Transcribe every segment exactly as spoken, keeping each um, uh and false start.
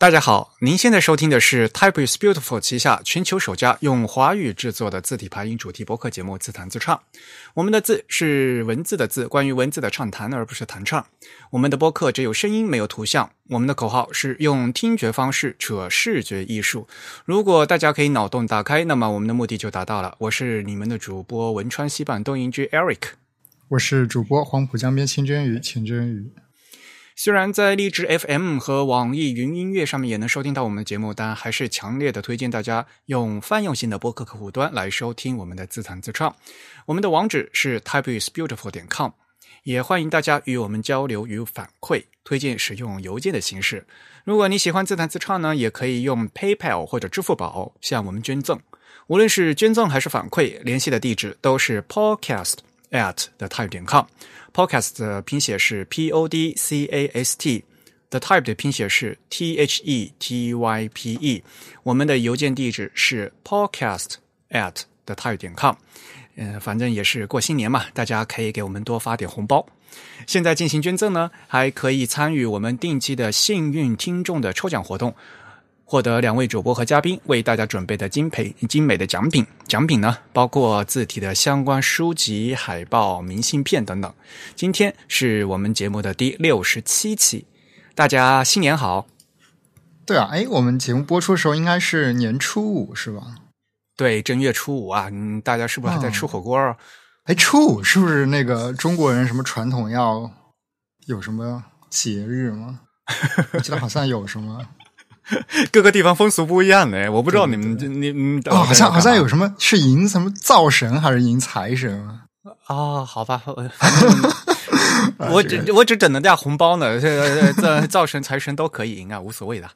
大家好，您现在收听的是 Type is Beautiful 旗下全球首家用华语制作的字体排音主题播客节目自弹自唱。我们的字是文字的字，关于文字的畅谈而不是弹唱。我们的播客只有声音没有图像。我们的口号是用听觉方式扯视觉艺术。如果大家可以脑洞打开，那么我们的目的就达到了。我是你们的主播文川西坂东营居 Eric， 我是主播黄浦江边清蒸鱼钱真鱼。 虽然在荔枝 F M 和网易云音乐上面也能收听到我们的节目，但还是强烈的推荐大家用泛用性的播客客户端来收听我们的自弹自唱。我们的网址是 type is beautiful 点 com， 也欢迎大家与我们交流与反馈，推荐使用邮件的形式。如果你喜欢自弹自唱呢，也可以用 PayPal 或者支付宝向我们捐赠。无论是捐赠还是反馈，联系的地址都是 podcast at the type 点 com。Podcast 的拼写是 P O D C A S T， The Type 的拼写是 T H E T Y P E。 我们的邮件地址是 podcast at the type 点 com。 呃，反正也是过新年嘛，大家可以给我们多发点红包。现在进行捐赠呢，还可以参与我们定期的幸运听众的抽奖活动，获得两位主播和嘉宾为大家准备的精美精美的奖品。奖品呢，包括字体的相关书籍、海报、明信片等等。今天是我们节目的第六十七期，大家新年好。 对啊，哎，我们节目播出的时候应该是年初五是吧？ 对，正月初五啊，嗯，大家是不是还在吃火锅啊？ 哎、哦，初五是不是那个中国人什么传统要有什么节日吗？我记得好像有什么。 各个地方风俗不一样的，我不知道你们你你哦，好像好像有什么是迎什么灶神还是迎财神啊？ 哦，好吧，我只我只等着带红包呢，这这灶神财神都可以赢啊，无所谓的。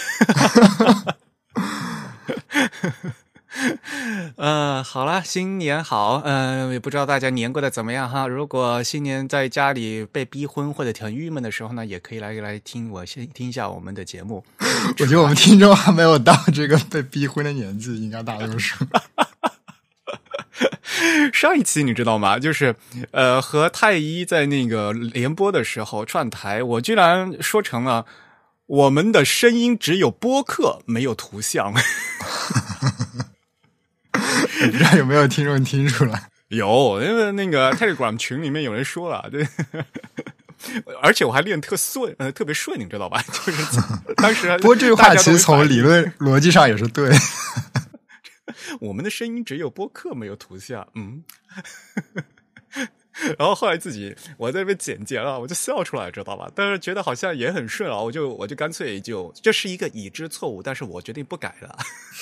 呃，好了，新年好，呃，也不知道大家年过得怎么样哈。如果新年在家里被逼婚或者挺郁闷的时候呢，也可以来来听我先听一下我们的节目。 我觉得我们听众还没有到这个被逼婚的年纪，应该大多数。 上一期你知道吗？就是呃，和太一在那个联播的时候串台，我居然说成了我们的声音只有播客没有图像。 不知道有没有听众听出来？ 有，因为那个 Telegram 群里面有人说了，对，而且我还练特顺，呃，特别顺，你知道吧？就是当时， 不过这句话其实从理论逻辑上也是对。 我们的声音只有播客没有图像，嗯。然后后来自己我在那边剪辑了，我就笑出来，知道吧？但是觉得好像也很顺啊，我就我就干脆就这是一个已知错误，但是我决定不改了。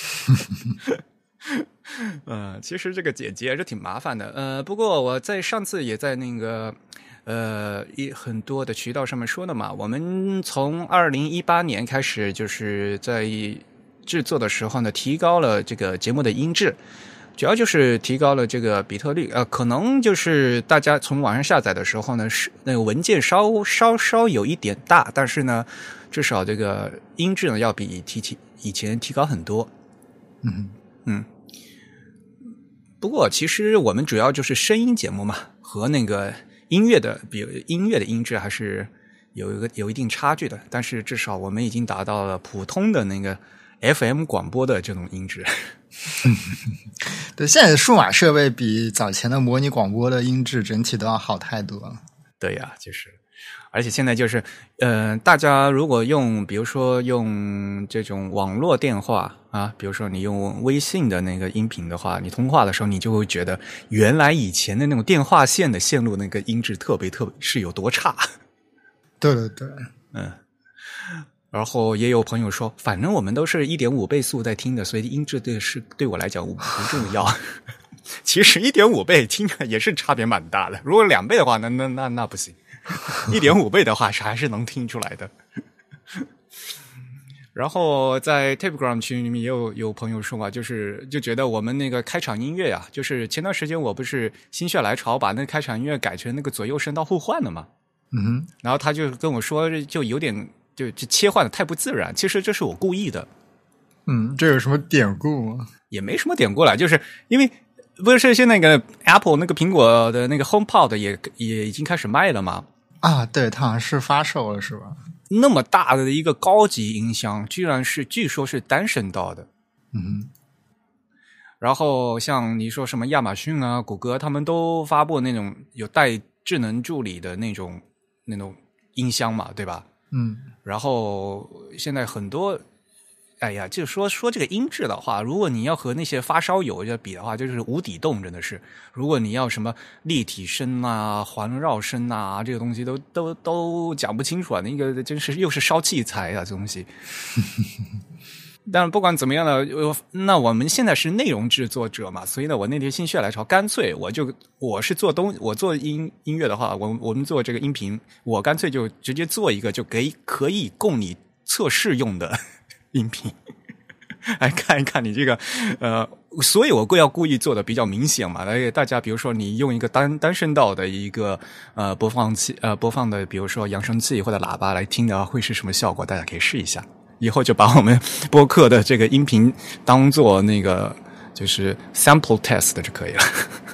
嗯，其实这个剪辑还是挺麻烦的。呃，不过我在上次也在那个呃一很多的渠道上面说的嘛，我们从二零一八年开始，就是在制作的时候呢，提高了这个节目的音质。主要就是提高了这个比特率，呃，可能就是大家从网上下载的时候呢，是那个文件稍稍稍有一点大，但是呢，至少这个音质呢要比提提以前提高很多。 嗯嗯。不过其实我们主要就是声音节目嘛，和那个音乐的比音乐的音质还是有一个有一定差距的，但是至少我们已经达到了普通的那个 F M 广播的这种音质。 对，现在的数码设备比早前的模拟广播的音质整体都要好太多了。 对呀，就是，而且现在就是，呃，大家如果用，比如说用这种网络电话啊，比如说你用微信的那个音频的话，你通话的时候，你就会觉得原来以前的那种电话线的线路那个音质特别特别是有多差。 对对对， 嗯。然后也有朋友说，反正我们都是 一点五 倍速在听的，所以音质对是对我来讲不重要。其实 一点五 倍听着也是差别蛮大的，如果两倍的话那那那那不行。一点五 倍的话是还是能听出来的。然后在 Telegram 群里面也有有朋友说嘛，就是就觉得我们那个开场音乐呀、啊，就是前段时间我不是心血来潮把那个开场音乐改成那个左右声道互换了嘛。 嗯哼， 然后他就跟我说就有点就就切换的太不自然，其实这是我故意的。 嗯，这有什么典故吗？ 也没什么典故了，就是因为不是现在那个 Apple 那个苹果的那个 HomePod 也也已经开始卖了吗？ 啊，对，它好像是发售了是吧？ 那么大的一个高级音箱，居然是据说是单声道的。 嗯， 然后像你说什么亚马逊啊、谷歌，他们都发布那种有带智能助理的那种那种音箱嘛，对吧？ 嗯， 然后现在很多，哎呀，就说说这个音质的话，如果你要和那些发烧友要比的话，就是无底洞，真的是。如果你要什么立体声啊、环绕声啊，这个东西都都都讲不清楚啊，那个真是又是烧器材啊，这东西。但不管怎么样呢，那我们现在是内容制作者嘛，所以呢，我那天心血来潮，干脆我就我是做东，我做音音乐的话，我我们做这个音频，我干脆就直接做一个就给可以供你测试用的音频，来看一看你这个呃，所以我故要故意做的比较明显嘛，来给大家，比如说你用一个单单声道的一个呃播放器呃播放的，比如说扬声器或者喇叭来听的话，会是什么效果？大家可以试一下。以后就把我们播客的这个音频当做那个就是 sample test 就可以了。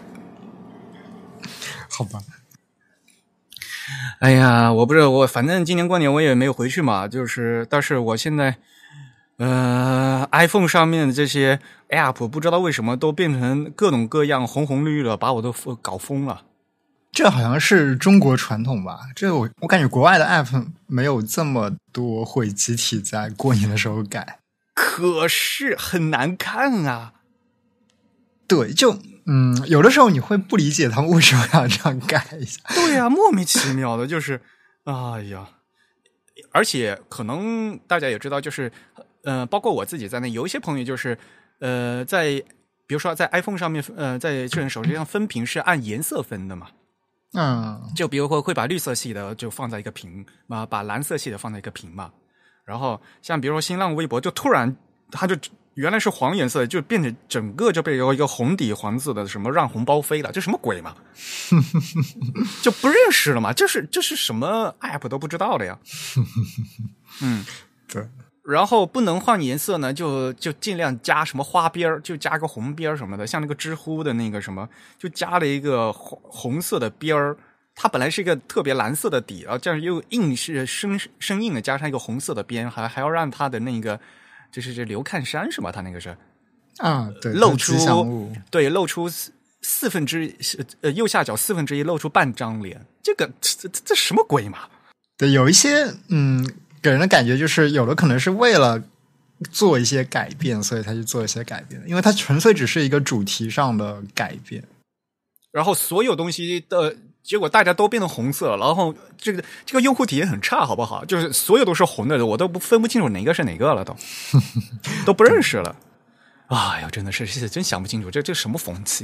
好吧。 哎呀，我不知道，我反正今年过年我也没有回去嘛，就是但是我现在呃 iPhone 上面的这些 app 不知道为什么都变成各种各样红红绿绿的，把我都搞疯了。 这好像是中国传统吧？这我我感觉国外的 app 没有这么多会集体在过年的时候改， 可是很难看啊。 对，就嗯，有的时候你会不理解他们为什么要这样改一下。 对呀、啊，莫名其妙的，就是哎呀，而且可能大家也知道，就是呃，包括我自己在内，有一些朋友就是呃，在比如说在 iPhone 上面，呃，在智能手机上分屏是按颜色分的嘛。 嗯， 就比如说会把绿色系的就放在一个屏嘛，把蓝色系的放在一个屏嘛，然后像比如说新浪微博就突然它就原来是黄颜色，就变成整个就被有一个红底黄字的什么让红包飞了，这什么鬼嘛？就不认识了嘛？这是这是什么 app 都不知道的呀？嗯， 对。 然后不能换颜色呢，就就尽量加什么花边，就加个红边什么的，像那个知乎的那个什么，就加了一个红红色的边儿。它本来是一个特别蓝色的底，然后这样又硬是生生硬的加上一个红色的边，还还要让它的那个就是这流看山是吧？它那个是啊，对， 露出对露出四分之呃右下角四分之一露出半张脸，这个这这这什么鬼嘛？ 对，有一些嗯。给人的感觉就是有的可能是为了做一些改变，所以他去做一些改变，因为它纯粹只是一个主题上的改变， 然后所有东西的结果大家都变成红色了，然后这个这个用户体验很差，好不好？就是所有都是红的，我都不分不清楚哪个是哪个了，都都不认识了。哎呀，真的是真想不清楚，这这什么风气？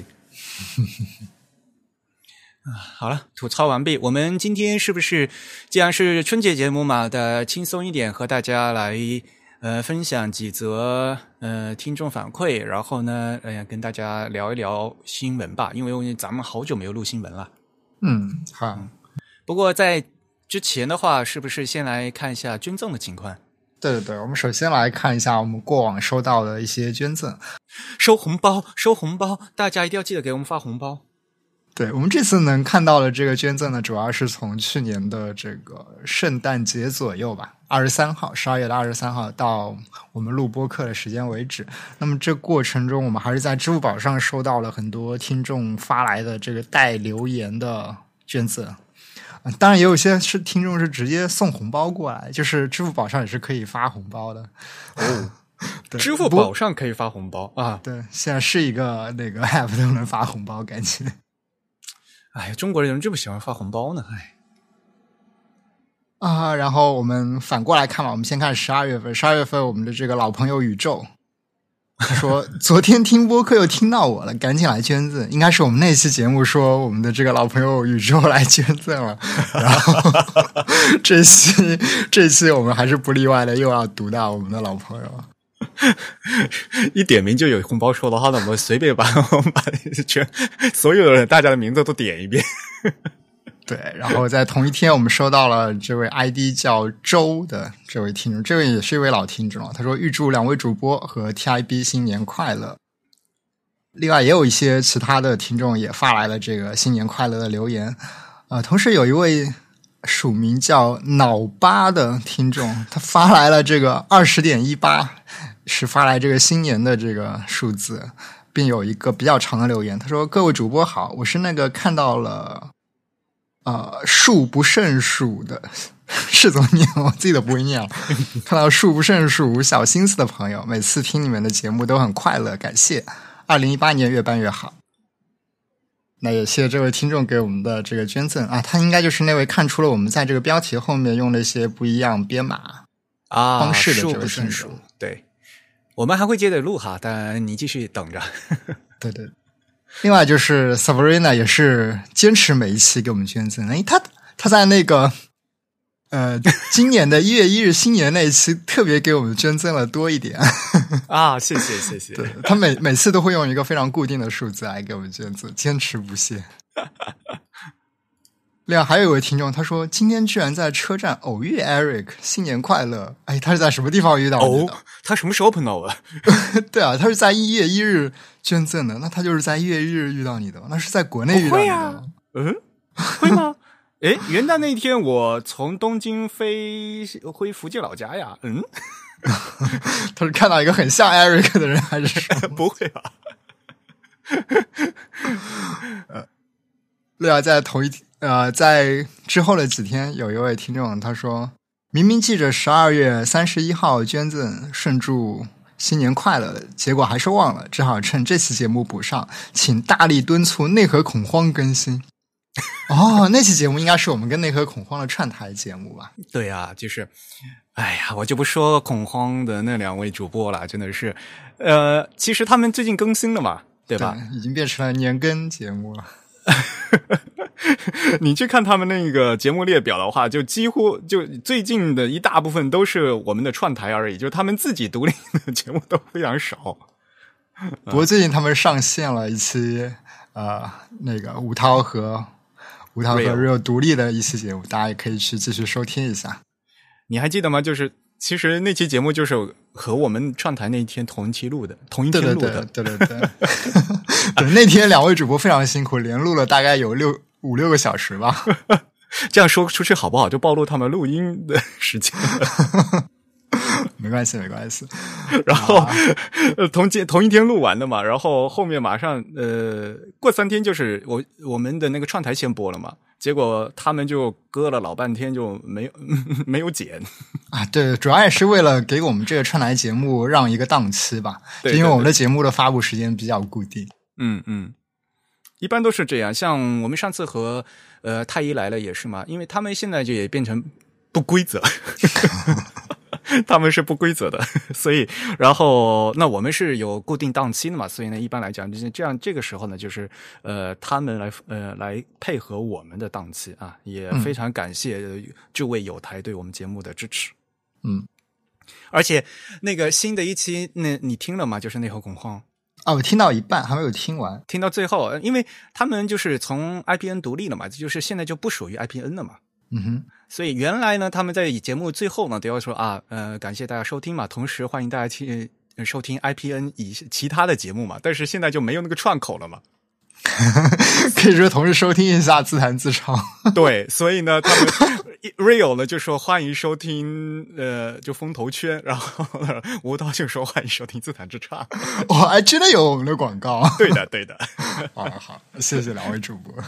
好了，吐槽完毕。我们今天是不是既然是春节节目嘛，的轻松一点，和大家来呃分享几则呃听众反馈，然后呢，呃跟大家聊一聊新闻吧，因为咱们好久没有录新闻了。 嗯，好。嗯、 不过在之前的话，是不是先来看一下捐赠的情况？ 对对对，我们首先来看一下我们过往收到的一些捐赠。 收红包，收红包，大家一定要记得给我们发红包。 对，我们这次能看到的这个捐赠呢，主要是从去年的这个圣诞节左右吧，二十三号，十二月的二十三号到我们录播课的时间为止。那么这过程中，我们还是在支付宝上收到了很多听众发来的这个带留言的捐赠。当然也有些是听众是直接送红包过来，就是支付宝上也是可以发红包的。 哦，支付宝上可以发红包啊？ 对，现在是一个那个 app 都能发红包，感觉。 哎呀，中国人这么喜欢发红包呢？哎， 啊，然后我们反过来看吧，我们先看十二月份。十二月份，我们的这个老朋友宇宙他说，昨天听播客又听到我了，赶紧来捐赠。应该是我们那期节目说我们的这个老朋友宇宙来捐赠了，然后这期这期我们还是不例外的又要读到我们的老朋友。 一点名就有红包收的话，那我们随便把我们把全所有的人大家的名字都点一遍。 对，然后在同一天我们收到了这位 I D 叫周的这位听众，这位也是一位老听众，他说预祝两位主播和 T I B 新年快乐。另外也有一些其他的听众也发来了这个新年快乐的留言，呃，同时有一位署名叫脑巴的听众，他发来了这个二十点一八，是发来这个新年的这个数字，并有一个比较长的留言。他说：“各位主播好，我是那个看到了呃数不胜数的，是怎么念？我自己都不会念了。看到数不胜数小心思的朋友，每次听你们的节目都很快乐，感谢。二零一八年越办越好。”那也谢谢这位听众给我们的这个捐赠啊，他应该就是那位看出了我们在这个标题后面用了一些不一样编码啊方式的这数不胜位听众。 数，对，我们还会接着录哈，但你继续等着。 对对。另外就是 Sabrina 也是坚持每一期给我们捐赠，哎，他他在那个呃今年的一月一日新年那一期特别给我们捐赠了多一点啊，谢谢谢谢。 对，他每每次都会用一个非常固定的数字来给我们捐赠，坚持不懈。另外还有一位听众，他说今天居然在车站偶遇 Eric， 新年快乐。哎，他是在什么地方遇到你的？ 哦，他什么时候碰到我？ 对啊，他是在一月一日捐赠的，那他就是在一月一日遇到你的，那是在国内遇到你的吗？ 啊、嗯，会吗？诶，元旦那天我从东京飞回福建老家呀。嗯， 他是看到一个很像 Eric 的人，还是不会吧？ 呃，另外在同一呃，在之后的几天，有一位听众他说，明明记着十二月三十一号捐赠顺祝新年快乐的，结果还是忘了，只好趁这期节目补上，请大力敦促内核恐慌更新。哦，那期节目应该是我们跟内核恐慌的串台节目吧？ 对啊，就是哎呀，我就不说恐慌的那两位主播了，真的是呃其实他们最近更新了嘛，对吧？ 对，已经变成了年更节目了。 你去看他们那个节目列表的话，就几乎就最近的一大部分都是我们的串台而已，就是他们自己独立的节目都非常少。 不过最近他们上线了一期呃那个吴涛和吴涛和 Real 独立的一期节目，大家也可以去继续收听一下。 你还记得吗？就是其实那期节目就是和我们串台那一天同一期录的，同一天录的。 对对对对对对，那天两位主播非常辛苦，连录了大概有六五六个小时吧。 这样说出去好不好？就暴露他们录音的时间了。 没关系，没关系。 然后、啊、同同一天录完的嘛，然后后面马上呃过三天就是我我们的那个串台先播了嘛，结果他们就搁了老半天就没有没有剪啊。对，主要也是为了给我们这个串台节目让一个档期吧， 对对对， 因为我们的节目的发布时间比较固定。 嗯嗯，一般都是这样。像我们上次和呃太医来了也是嘛，因为他们现在就也变成不规则。他们是不规则的，所以然后那我们是有固定档期的嘛，所以呢一般来讲就是这样，这个时候呢就是呃他们来呃来配合我们的档期啊，也非常感谢诸位友台对我们节目的支持。 嗯， 而且那个新的一期那你听了吗？就是内核恐慌啊，我听到一半还没有听完， 听到最后，因为他们就是从 I P N 独立了嘛，就是现在就不属于 I P N 了嘛。 嗯哼， 所以原来呢，他们在节目最后呢都要说啊，呃，感谢大家收听嘛，同时欢迎大家去收听 I P N 以其他的节目嘛，但是现在就没有那个串口了嘛。 可以说同时收听一下自弹自唱。 对，所以呢，他们 Real 呢就说欢迎收听呃就风投圈，然后吴涛就说欢迎收听自弹自唱。 哇，还真的有我们的广告。 对的，对的。 好好，谢谢两位主播。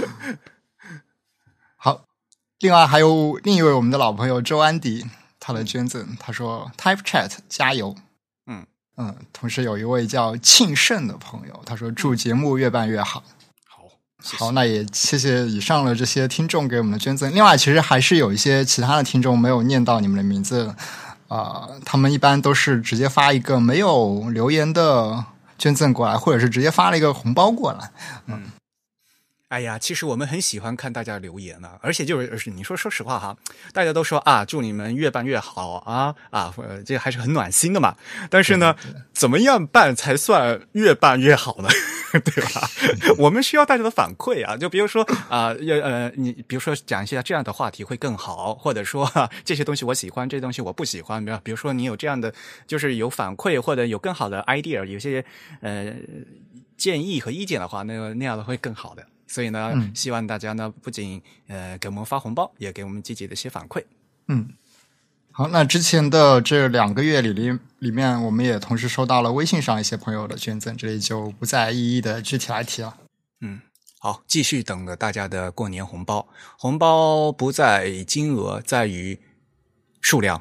好。另外还有另一位我们的老朋友周安迪，他的捐赠，他说 Type Chat 加油。 嗯嗯，同时有一位叫庆盛的朋友，他说祝节目越办越好。 好，谢谢。 好，那也谢谢以上的这些听众给我们的捐赠。另外其实还是有一些其他的听众没有念到你们的名字啊、呃，他们一般都是直接发一个没有留言的捐赠过来，或者是直接发了一个红包过来。嗯。 哎呀，其实我们很喜欢看大家留言啊，而且就是你说说实话哈，大家都说啊，祝你们越办越好啊啊，呃，这还是很暖心的嘛。但是呢，怎么样办才算越办越好呢？对吧？我们需要大家的反馈啊，就比如说啊，呃, 呃，你比如说讲一些这样的话题会更好，或者说、啊、这些东西我喜欢，这些东西我不喜欢。比如说你有这样的，就是有反馈或者有更好的 idea， 有些呃建议和意见的话，那个那样的会更好的。 所以呢， 嗯、 希望大家呢不仅呃给我们发红包，也给我们积极的一些反馈。 嗯，好，那之前的这两个月里里里面，我们也同时收到了微信上一些朋友的捐赠，这里就不再一一的具体来提了。 嗯，好，继续等着大家的过年红包。红包不在于金额，在于数量。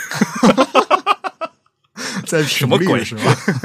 在什么鬼是吧？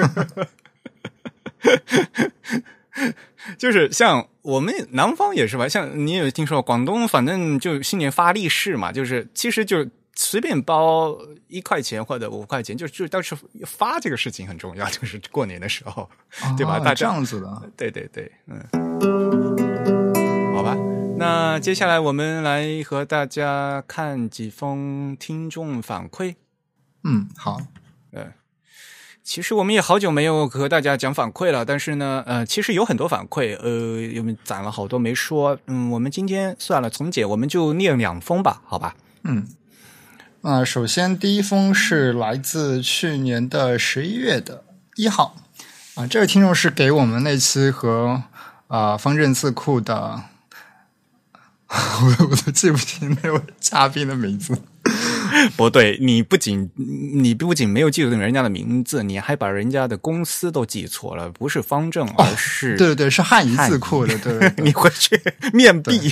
就是像我们南方也是吧，像你有听说广东，反正就新年发利是嘛，就是其实就随便包一块钱或者五块钱，就就但是发这个事情很重要，就是过年的时候， 哦、 对吧？大家这样子的， 对对对，嗯，好吧。那接下来我们来和大家看几封听众反馈。 嗯，好， 嗯。其实我们也好久没有和大家讲反馈了，但是呢，呃，其实有很多反馈，呃，我们攒了好多没说，嗯，我们今天算了，从简，我们就念两封吧，好吧？ 嗯，啊、呃，首先第一封是来自去年的十一月的一号，啊、呃，这位听众是给我们那期和啊、呃、方正字库的，我我都记不清那位嘉宾的名字。 不对，你不仅你不仅没有记住人家的名字，你还把人家的公司都记错了，不是方正，而是、 哦、对对对，是汉仪字库的，对, 对, 对， 你回去面壁。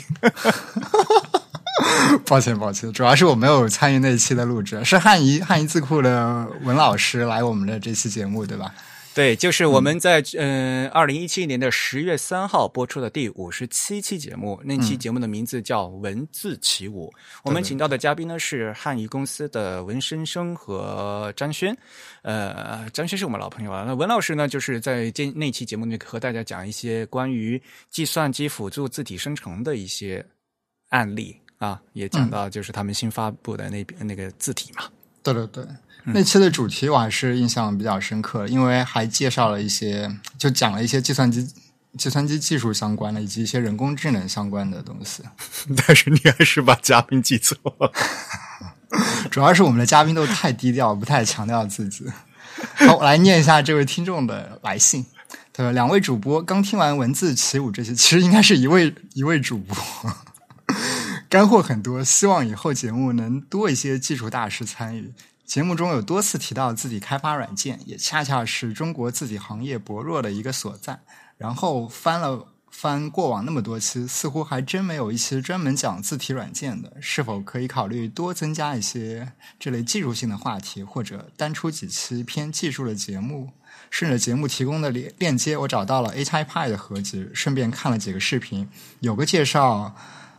抱歉抱歉，主要是我没有参与那期的录制，是汉仪汉仪字库的文老师来我们的这期节目，对吧？ 对，就是我们在嗯二零一七年的十月三号播出的第五十七期节目，那期节目的名字叫文字起舞、嗯、我们请到的嘉宾呢是汉仪公司的文生生和张轩，呃张轩是我们老朋友了，那文老师呢就是在这那期节目里和大家讲一些关于计算机辅助字体生成的一些案例啊，也讲到就是他们新发布的那那个字体嘛。 对对对，那期的主题我还是印象比较深刻，因为还介绍了一些，就讲了一些计算机计算机技术相关的，以及一些人工智能相关的东西。 但是你还是把嘉宾记错了。 主要是我们的嘉宾都太低调，不太强调自己。好，我来念一下这位听众的来信。对，两位主播刚听完文字起舞这些，其实应该是一位一位主播。干货很多，希望以后节目能多一些技术大师参与。节目中有多次提到字体开发软件，也恰恰是中国字体行业薄弱的一个所在。然后翻了翻过往那么多期，似乎还真没有一期专门讲字体软件的，是否可以考虑多增加一些这类技术性的话题，或者单出几期偏技术的节目？顺着节目提供的链接，我找到了 A Type Pi 的合集，顺便看了几个视频，有个介绍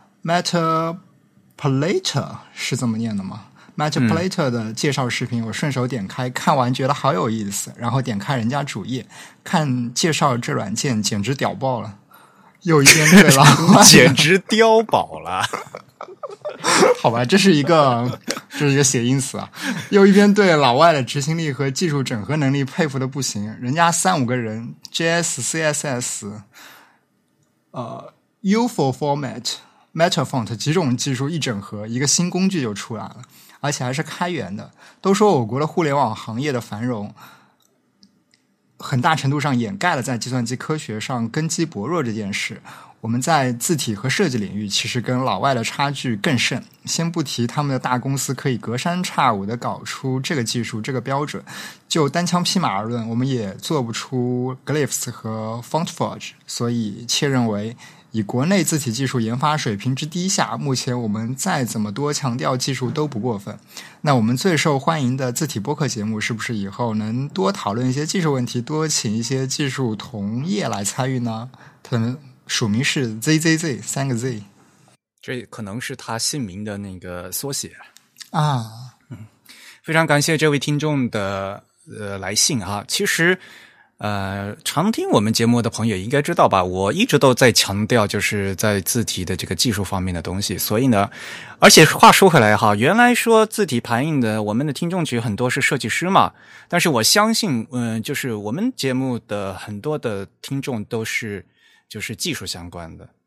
Metaplater 是这么念的吗？Metaplater 的介绍视频，我顺手点开看完，觉得好有意思，然后点开人家主页看介绍，这软件简直屌爆了，又一边对了， 简直碉堡了。 好吧，这是一个这是一个谐音词啊。又一边对老外的执行力和技术整合能力佩服的不行，人家三五个人 J S C S S 呃 U F O Format。Metafont 几种技术一整合，一个新工具就出来了，而且还是开源的。都说我国的互联网行业的繁荣很大程度上掩盖了在计算机科学上根基薄弱这件事。我们在字体和设计领域其实跟老外的差距更甚，先不提他们的大公司可以隔三差五的搞出这个技术这个标准，就单枪匹马而论，我们也做不出 Glyphs 和 Fontforge， 所以切认为以国内字体技术研发水平之低下，目前我们再怎么多强调技术都不过分。那我们最受欢迎的字体播客节目，是不是以后能多讨论一些技术问题，多请一些技术同业来参与呢？他们署名是 Z Z Z 三个 Z， 这可能是他姓名的那个缩写啊。 嗯，非常感谢这位听众的呃来信啊。其实呃，常听我们节目的朋友应该知道吧，我一直都在强调就是在字体的这个技术方面的东西，所以呢，而且话说回来哈，原来说字体排印的我们的听众群很多是设计师嘛，但是我相信嗯、呃，就是我们节目的很多的听众都是就是技术相关的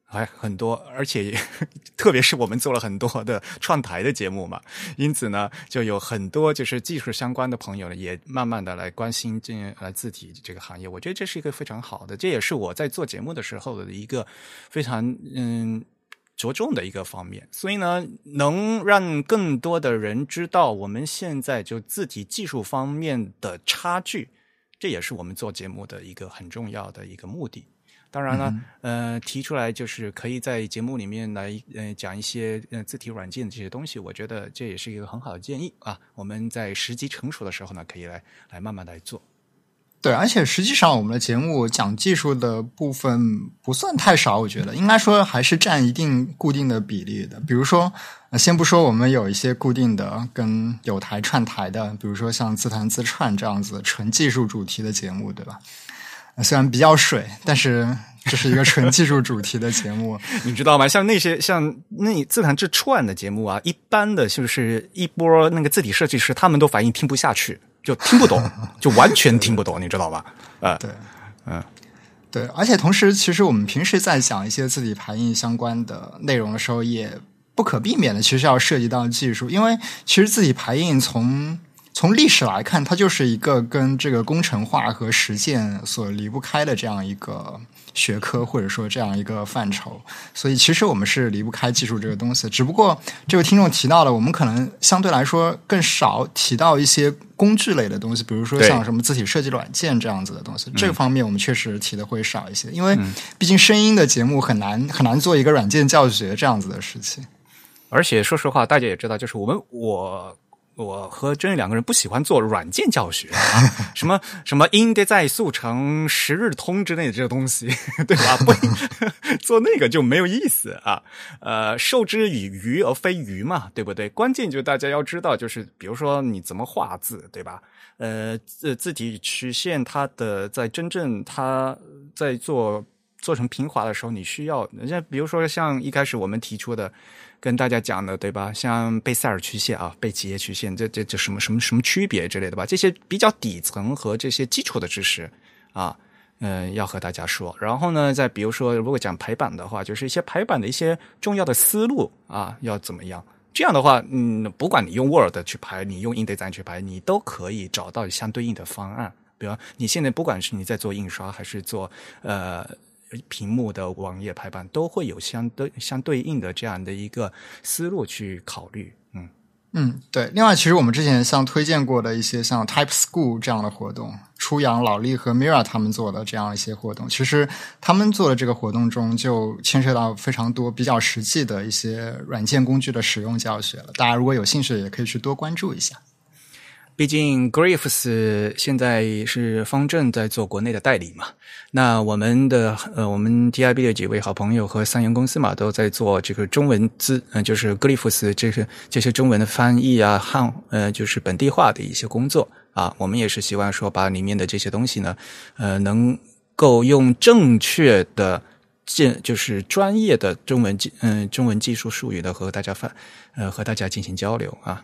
还很多，而且特别是我们做了很多的串台的节目嘛，因此呢，就有很多就是技术相关的朋友呢，也慢慢的来关心这来字体这个行业。我觉得这是一个非常好的，这也是我在做节目的时候的一个非常嗯着重的一个方面。所以呢，能让更多的人知道我们现在就字体技术方面的差距，这也是我们做节目的一个很重要的一个目的。当然了，嗯、呃，提出来就是可以在节目里面来呃讲一些呃字体软件这些东西，我觉得这也是一个很好的建议啊。我们在时机成熟的时候呢，可以来来慢慢来做。 对，而且实际上我们的节目讲技术的部分不算太少，我觉得应该说还是占一定固定的比例的。比如说，呃、先不说我们有一些固定的跟有台串台的，比如说像自弹自串这样子纯技术主题的节目，对吧？虽然比较水，但是这是一个纯技术主题的节目。 你知道吗？像那些像那自弹自串的节目啊，一般的就是一波那个字体设计师，他们都反应听不下去，就听不懂，就完全听不懂，你知道吧？呃， 对， 嗯， 对，而且同时，其实我们平时在讲一些字体排印相关的内容的时候，也不可避免的，其实要涉及到技术，因为其实字体排印从从历史来看，它就是一个跟这个工程化和实践所离不开的这样一个学科，或者说这样一个范畴。所以其实我们是离不开技术这个东西，只不过这位听众提到了，我们可能相对来说更少提到一些工具类的东西，比如说像什么字体设计软件这样子的东西。这个方面我们确实提的会少一些，因为毕竟声音的节目很难很难做一个软件教学这样子的事情。 而且说实话，大家也知道，就是我们我。我和真宇两个人不喜欢做软件教学啊，什么什么 InDesign 速成、十日通之类的这个东西，对吧？不做那个就没有意思啊。呃，授之以鱼而非鱼嘛，对不对？关键就是大家要知道，就是比如说你怎么画字，对吧？呃，字字体曲线它的在真正它在做做成平滑的时候，你需要，像比如说像一开始我们提出的。跟大家讲的对吧？像贝塞尔曲线啊，贝吉耶曲线，这这这什么什么什么区别之类的吧？这些比较底层和这些基础的知识啊，嗯、呃，要和大家说。然后呢，再比如说，如果讲排版的话，就是一些排版的一些重要的思路啊，要怎么样？这样的话，嗯，不管你用 Word 去排，你用 InDesign 去排，你都可以找到相对应的方案。比如你现在不管是你在做印刷还是做呃。屏幕的网页排版都会有相对相对应的这样的一个思路去考虑，嗯嗯，对。另外，其实我们之前像推荐过的一些像 Type School 这样的活动，初阳、老力和 Mira 他们做的这样一些活动，其实他们做的这个活动中就牵涉到非常多比较实际的一些软件工具的使用教学了。大家如果有兴趣，也可以去多关注一下。 毕竟 Gryphs 现在是方正在做国内的代理嘛，那我们的呃我们 T I B 的几位好朋友和三元公司嘛，都在做这个中文字，呃就是 Gryphs 这些这些中文的翻译啊，汉呃就是本地化的一些工作啊，我们也是希望说把里面的这些东西呢，呃能够用正确的就是专业的中文嗯、呃、中文技术术语的和大家发呃和大家进行交流啊。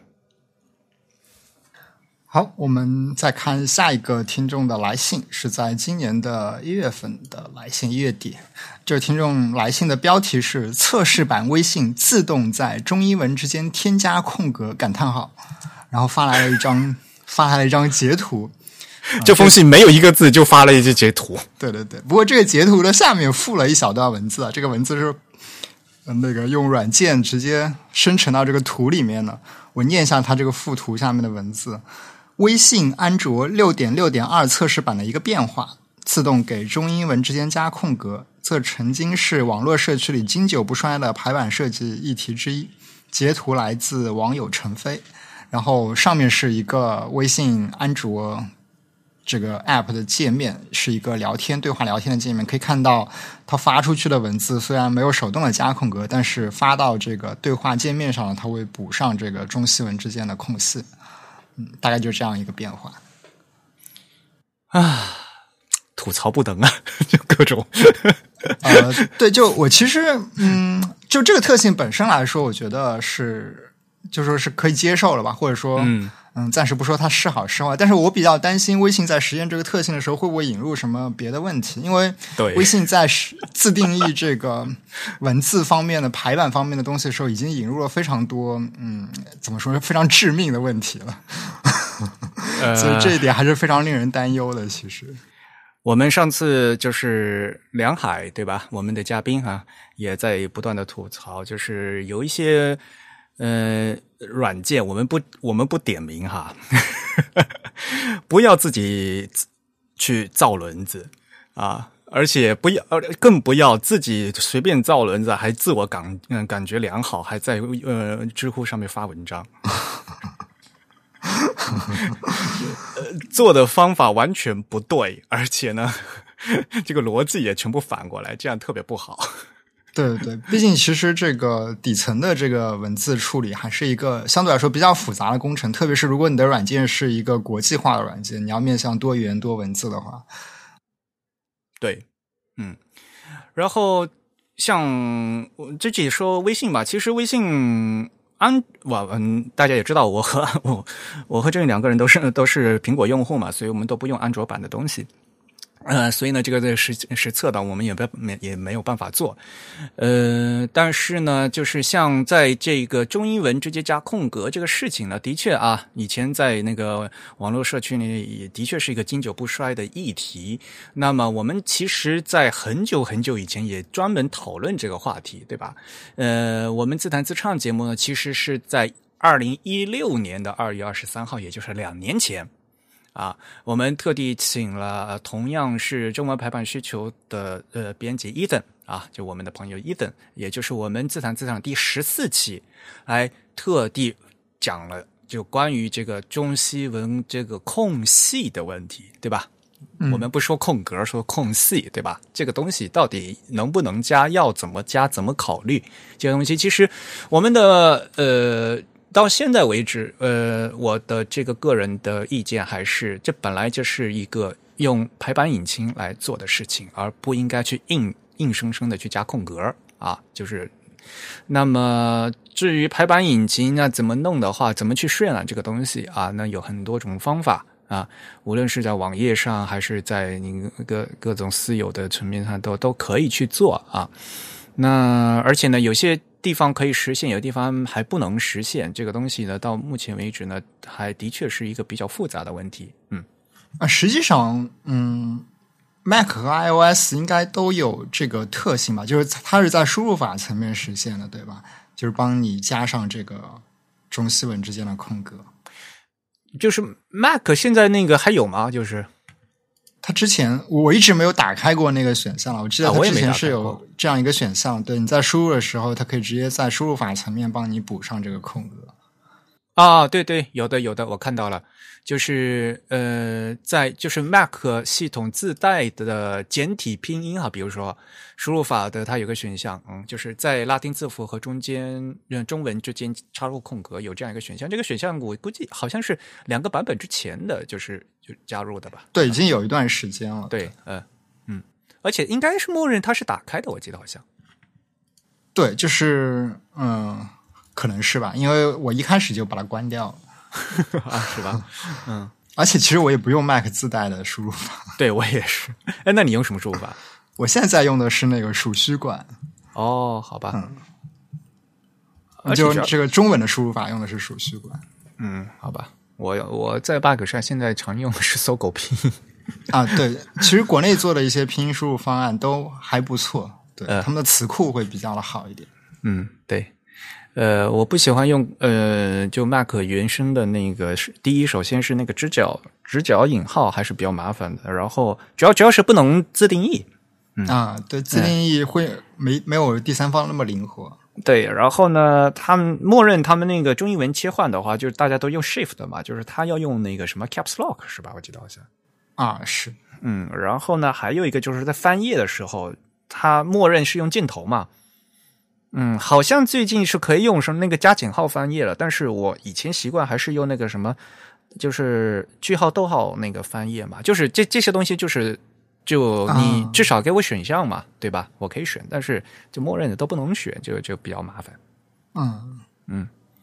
好，我们再看下一个听众的来信，是在今年的一月份的来信，一月底。这个听众来信的标题是测试版微信自动在中英文之间添加空格感叹号，然后发来了一张发来了一张截图。 这封信没有一个字，就发了一只截图。 对对对，不过这个截图的下面附了一小段文字啊，这个文字是那个用软件直接生成到这个图里面的。我念一下它这个附图下面的文字。微信安卓 六点六点二 测试版的一个变化，自动给中英文之间加空格，这曾经是网络社区里经久不衰的排版设计议题之一。截图来自网友陈飞，然后上面是一个微信安卓这个 app 的界面，是一个聊天对话聊天的界面，可以看到它发出去的文字虽然没有手动的加空格，但是发到这个对话界面上，它会补上这个中西文之间的空隙。嗯，大概就这样一个变化啊，吐槽不能啊，就各种呃，对，就我其实嗯，就这个特性本身来说，我觉得是就说是可以接受了吧，或者说嗯、 嗯，暂时不说它是好是坏，但是我比较担心微信在实现这个特性的时候会不会引入什么别的问题，因为微信在自定义这个文字方面的排版方面的东西的时候，已经引入了非常多，嗯，怎么说，非常致命的问题了。呃、所以这一点还是非常令人担忧的。其实， 我们上次就是梁海对吧？我们的嘉宾啊，也在不断的吐槽，就是有一些。呃，软件我们不我们不点名哈，不要自己去造轮子啊，而且不要更不要自己随便造轮子，还自我感嗯感觉良好，还在呃知乎上面发文章，呃，做的方法完全不对，而且呢，这个逻辑也全部反过来，这样特别不好。 对对对，毕竟其实这个底层的这个文字处理还是一个相对来说比较复杂的工程，特别是如果你的软件是一个国际化的软件，你要面向多语言多文字的话。 对，嗯，然后像这己说微信吧，其实微信安我嗯，大家也知道我和我我和郑宇两个人都是都是苹果用户嘛，所以我们都不用安卓版的东西。呃，所以呢，这个在实实测的我们也不没也没有办法做，呃，但是呢，就是像在这个中英文直接加空格这个事情呢，的确啊，以前在那个网络社区里也的确是一个经久不衰的议题。那么我们其实在很久很久以前也专门讨论这个话题，对吧？呃，我们自弹自唱节目呢，其实是在二零一六年的二月二十三号，也就是两年前。啊，我们特地请了同样是中文排版需求的呃编辑 Ethan 啊，就我们的朋友 Ethan， 也就是我们自弹自唱第十四期，来特地讲了就关于这个中西文这个空隙的问题，对吧？嗯、我们不说空格，说空隙，对吧？这个东西到底能不能加，要怎么加，怎么考虑？这个东西其实我们的呃。到现在为止，呃，我的这个个人的意见还是，这本来就是一个用排版引擎来做的事情，而不应该去硬硬生生的去加空格啊。就是，那么至于排版引擎那怎么弄的话，怎么去渲染这个东西啊？那有很多种方法啊，无论是在网页上还是在你各各种私有的层面上都都可以去做啊。那而且呢，有些地方可以实现，有地方还不能实现。这个东西呢，到目前为止呢，还的确是一个比较复杂的问题。嗯， 啊，实际上，嗯 ，Mac 和 iOS 应该都有这个特性吧？就是它是在输入法层面实现的，对吧？就是帮你加上这个中西文之间的空格。 就是 Mac 现在那个还有吗？就是它之前我一直没有打开过那个选项了，我记得它之前是有这样一个选项，对，你在输入的时候，它可以直接在输入法层面帮你补上这个空格。 啊，对对，有的有的，我看到了，就是呃，在就是 Mac 系统自带的简体拼音哈，比如说输入法的它有个选项，嗯，就是在拉丁字符和中间中文之间插入空格，有这样一个选项。这个选项我估计好像是两个版本之前的，就是就加入的吧？ 对，已经有一段时间了。 对，呃，嗯，而且应该是默认它是打开的，我记得好像。 对，就是嗯。可能是吧，因为我一开始就把它关掉了啊，是吧？嗯， 而且其实我也不用 Mac 自带的输入法， 对我也是。哎，那你用什么输入法？ 我现在用的是那个鼠须管。 哦，好吧， 嗯，就这个中文的输入法用的是鼠须管。 嗯，好吧，我我在 Bug 上现在常用的是搜狗拼音啊，对，其实国内做的一些拼音输入方案都还不错，对，呃、他们的词库会比较的好一点。 嗯，对。呃，我不喜欢用呃，就 Mac 原生的那个，第一，首先是那个直角直角引号还是比较麻烦的，然后主要主要是不能自定义。嗯啊，对，自定义会没、嗯、没有第三方那么灵活。 对，然后呢，他们默认他们那个中英文切换的话，就是大家都用 Shift 嘛，就是他要用那个什么 Caps Lock 是吧？我记得好像。 啊，是。 嗯，然后呢，还有一个就是在翻页的时候，它默认是用箭头嘛。嗯，好像最近是可以用什么那个加减号翻页了，但是我以前习惯还是用那个什么，就是句号逗号那个翻页嘛，就是这这些东西就是就你至少给我选项嘛，啊、对吧？我可以选，但是就默认的都不能选，就就比较麻烦。 嗯嗯，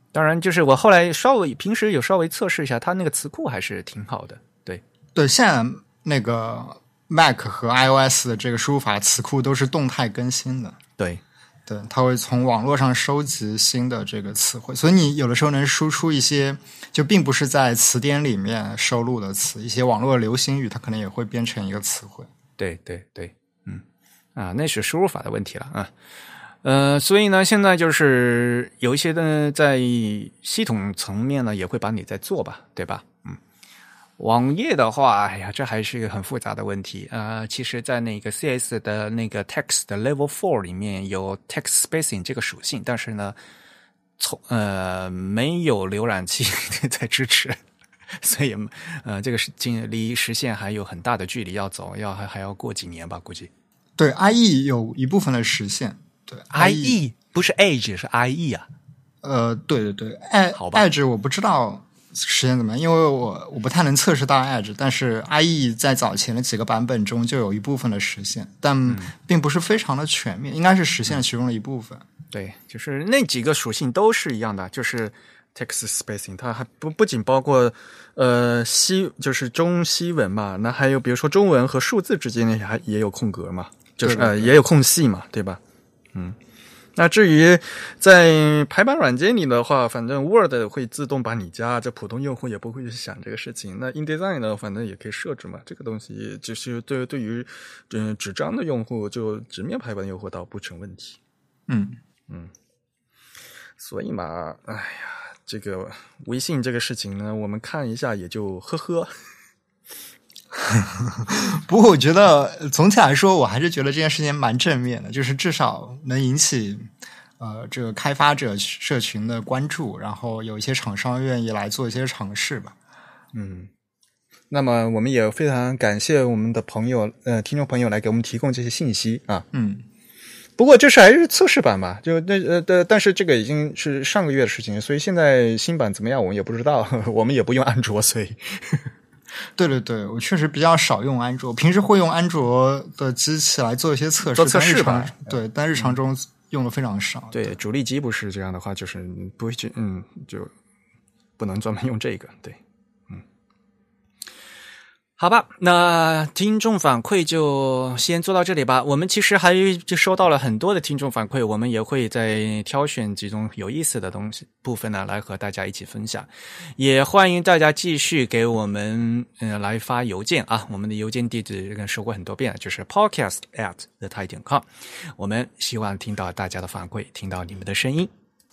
当然，就是我后来稍微平时有稍微测试一下，它那个词库还是挺好的。对对，现在那个 Mac 和 iOS 的这个输入法词库都是动态更新的。 对对，它会从网络上收集新的这个词汇，所以你有的时候能输出一些就并不是在词典里面收录的词，一些网络流行语，它可能也会编成一个词汇。 对对对，嗯啊，那是输入法的问题了啊。呃，所以呢，现在就是有一些呢，在系统层面呢，也会帮你在做吧，对吧？嗯，网页的话，哎呀，这还是一个很复杂的问题啊、呃。其实，在那个 C S 的那个 Text 的 Level Four 里面有 Text Spacing 这个属性，但是呢，从呃没有浏览器在支持，所以呃，这个是离实现还有很大的距离要走，要还还要过几年吧，估计。 对 ，I E 有一部分的实现。对 ，I E 不是 Edge 是 I E 啊。 呃，对对对 ，Edge 我不知道实现怎么样，因为我我不太能测试到 Edge， 但是 I E 在早前的几个版本中就有一部分的实现，但并不是非常的全面，应该是实现了其中的一部分。 对，就是那几个属性都是一样的，就是 text spacing， 它还不不仅包括呃西就是中西文嘛，那还有比如说中文和数字之间也还也有空格嘛，就是对对对呃也有空隙嘛，对吧？嗯。那至于在排版软件里的话，反正 Word 会自动帮你加，这普通用户也不会去想这个事情。那 InDesign 呢，反正也可以设置嘛，这个东西就是对对于嗯纸张的用户，就直面排版用户倒不成问题。 嗯嗯，所以嘛，哎呀，这个微信这个事情呢，我们看一下也就呵呵。 不过我觉得总体来说，我还是觉得这件事情蛮正面的，就是至少能引起呃这个开发者社群的关注，然后有一些厂商愿意来做一些尝试吧。 嗯，那么我们也非常感谢我们的朋友呃听众朋友来给我们提供这些信息啊。 嗯， 不过这是还是测试版吧，就那呃的，但是这个已经是上个月的事情，所以现在新版怎么样我们也不知道，我们也不用安卓，所以。 对对对，我确实比较少用安卓，平时会用安卓的机器来做一些测试， 做测试吧。 对，但日常中用的非常少。 对，对主力机不是这样的话，就是不会去，嗯，就不能专门用这个。对，嗯，好吧，那听众反馈就先做到这里吧。我们其实还就收到了很多的听众反馈，我们也会再挑选几种有意思的东西部分呢，来和大家一起分享。也欢迎大家继续给我们呃来发邮件啊，我们的邮件地址跟说过很多遍，就是 podcast at the tai 点 com。我们希望听到大家的反馈，听到你们的声音。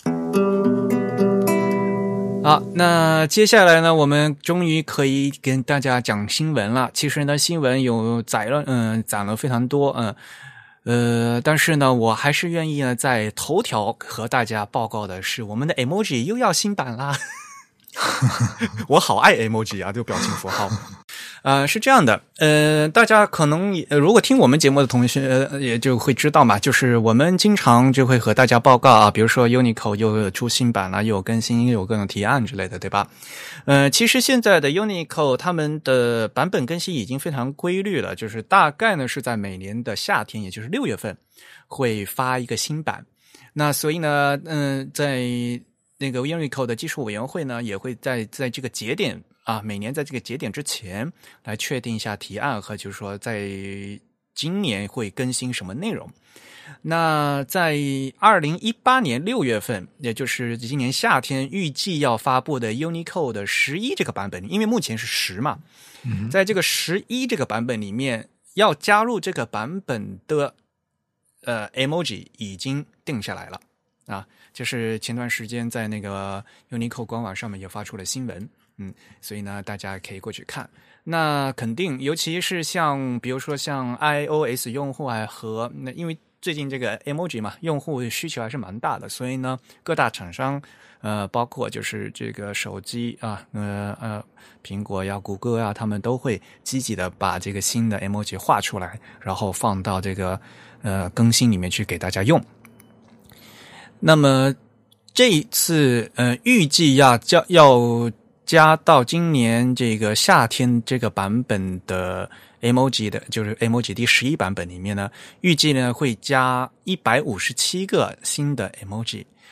好，那接下来呢，我们终于可以跟大家讲新闻了。其实呢，新闻有载了，嗯，攒了非常多，嗯，呃，但是呢，我还是愿意呢，在头条和大家报告的是，我们的 emoji 又要新版啦。我好爱 emoji 啊，这个表情符号。呃，是这样的，呃，大家可能呃如果听我们节目的同学、呃、也就会知道嘛，就是我们经常就会和大家报告啊，比如说 Unicode 又出新版了，又有更新，又有各种提案之类的，对吧？呃，其实现在的 Unicode 他们的版本更新已经非常规律了，就是大概呢是在每年的夏天，也就是六月份会发一个新版。那所以呢，嗯、呃，在那个 Unicode 的技术委员会呢，也会在在这个节点啊，每年在这个节点之前来确定一下提案和就是说在今年会更新什么内容。那在二零一八年六月份，也就是今年夏天预计要发布的 Unicode 十一这个版本，因为目前是十嘛， 嗯、 在这个十一这个版本里面要加入这个版本的呃 emoji 已经定下来了啊，就是前段时间在那个 Unicode 官网上面也发出了新闻。嗯，所以呢，大家可以过去看。那肯定，尤其是像比如说像 iOS 用户啊和那，因为最近这个 emoji 嘛，用户需求还是蛮大的，所以呢，各大厂商呃，包括就是这个手机啊，呃呃，苹果呀、谷歌呀，他们都会积极的把这个新的 emoji 画出来，然后放到这个呃更新里面去给大家用。那么这一次呃，预计要要要。加到今年这个夏天这个版本的 emoji 的，就是 emoji 第十一版本里面呢，预计呢会加一百五十七个新的 emoji。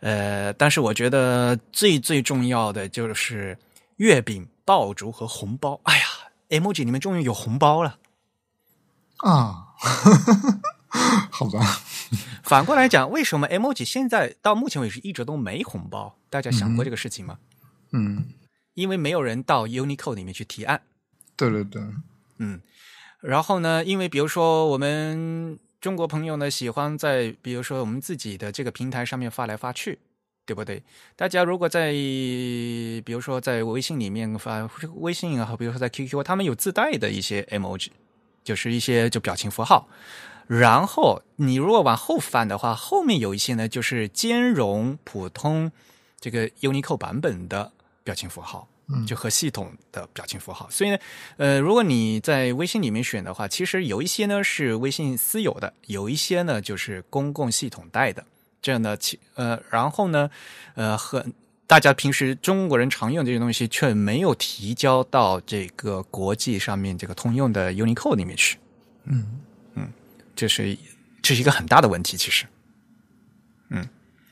呃，但是我觉得最最重要的就是月饼、爆竹和红包。哎呀 ，emoji 里面终于有红包了啊！好吧。 反过来讲，为什么 emoji 现在到目前为止一直都没红包？大家想过这个事情吗？ 嗯， 因为没有人到 Unicode 里面去提案。 对对对， 嗯，然后呢，因为比如说我们中国朋友呢喜欢在比如说我们自己的这个平台上面发来发去，对不对？大家如果在比如说在微信里面发微信啊，比如说在 Q Q， 他们有自带的一些 emoji， 就是一些就表情符号。然后你如果往后翻的话，后面有一些呢就是兼容普通这个 Unicode 版本的表情符号，就和系统的表情符号。所以呢，呃，如果你在微信里面选的话，其实有一些呢是微信私有的，有一些呢就是公共系统带的。这样呢，呃，然后呢，呃，和大家平时中国人常用这些东西，却没有提交到这个国际上面这个通用的 Unicode 里面去。 嗯嗯，这是这是一个很大的问题，其实。嗯。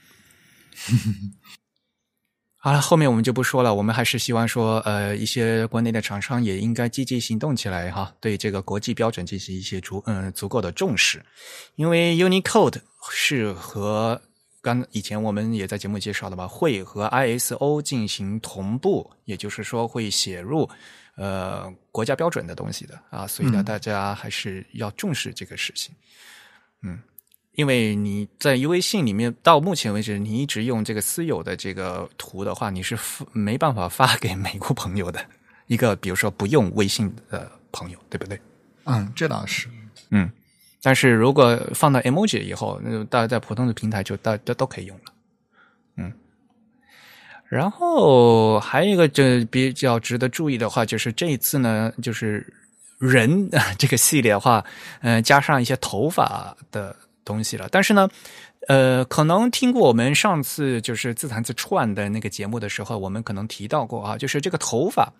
好了，后面我们就不说了。我们还是希望说，呃，一些国内的厂商也应该积极行动起来哈，对这个国际标准进行一些足嗯、呃、足够的重视。因为 Unicode 是和刚以前我们也在节目介绍的吧，会和 I S O 进行同步，也就是说会写入呃国家标准的东西的啊，所以呢，大家还是要重视这个事情。嗯。因为你在微信里面到目前为止你一直用这个私有的这个图的话，你是没办法发给美国朋友的，一个比如说不用微信的朋友，对不对？ 嗯，这倒是。 嗯，但是如果放到 emoji 以后，那大家在普通的平台就大家都可以用了。嗯，然后还有一个就比较值得注意的话，就是这一次呢，就是人这个系列的话，呃，加上一些头发的东西了。但是呢，呃，可能听过我们上次就是自弹自串的那个节目的时候，我们可能提到过啊，就是这个头发，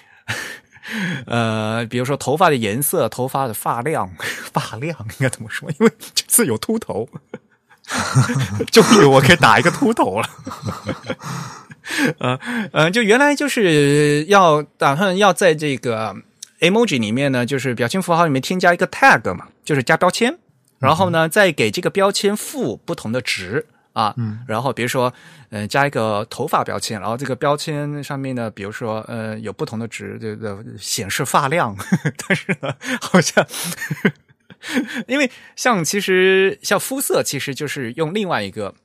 呃，比如说头发的颜色、头发的发量、发量应该怎么说？因为这次有秃头，终于我可以打一个秃头了。呃呃，就原来就是要打算要在这个 emoji 里面呢，就是表情符号里面添加一个 tag 嘛，就是加标签。然后呢，再给这个标签赋不同的值啊，嗯，然后比如说，呃，加一个头发标签，然后这个标签上面呢，比如说，呃，有不同的值，这个显示发量，但是呢，好像，因为像其实像肤色，其实就是用另外一个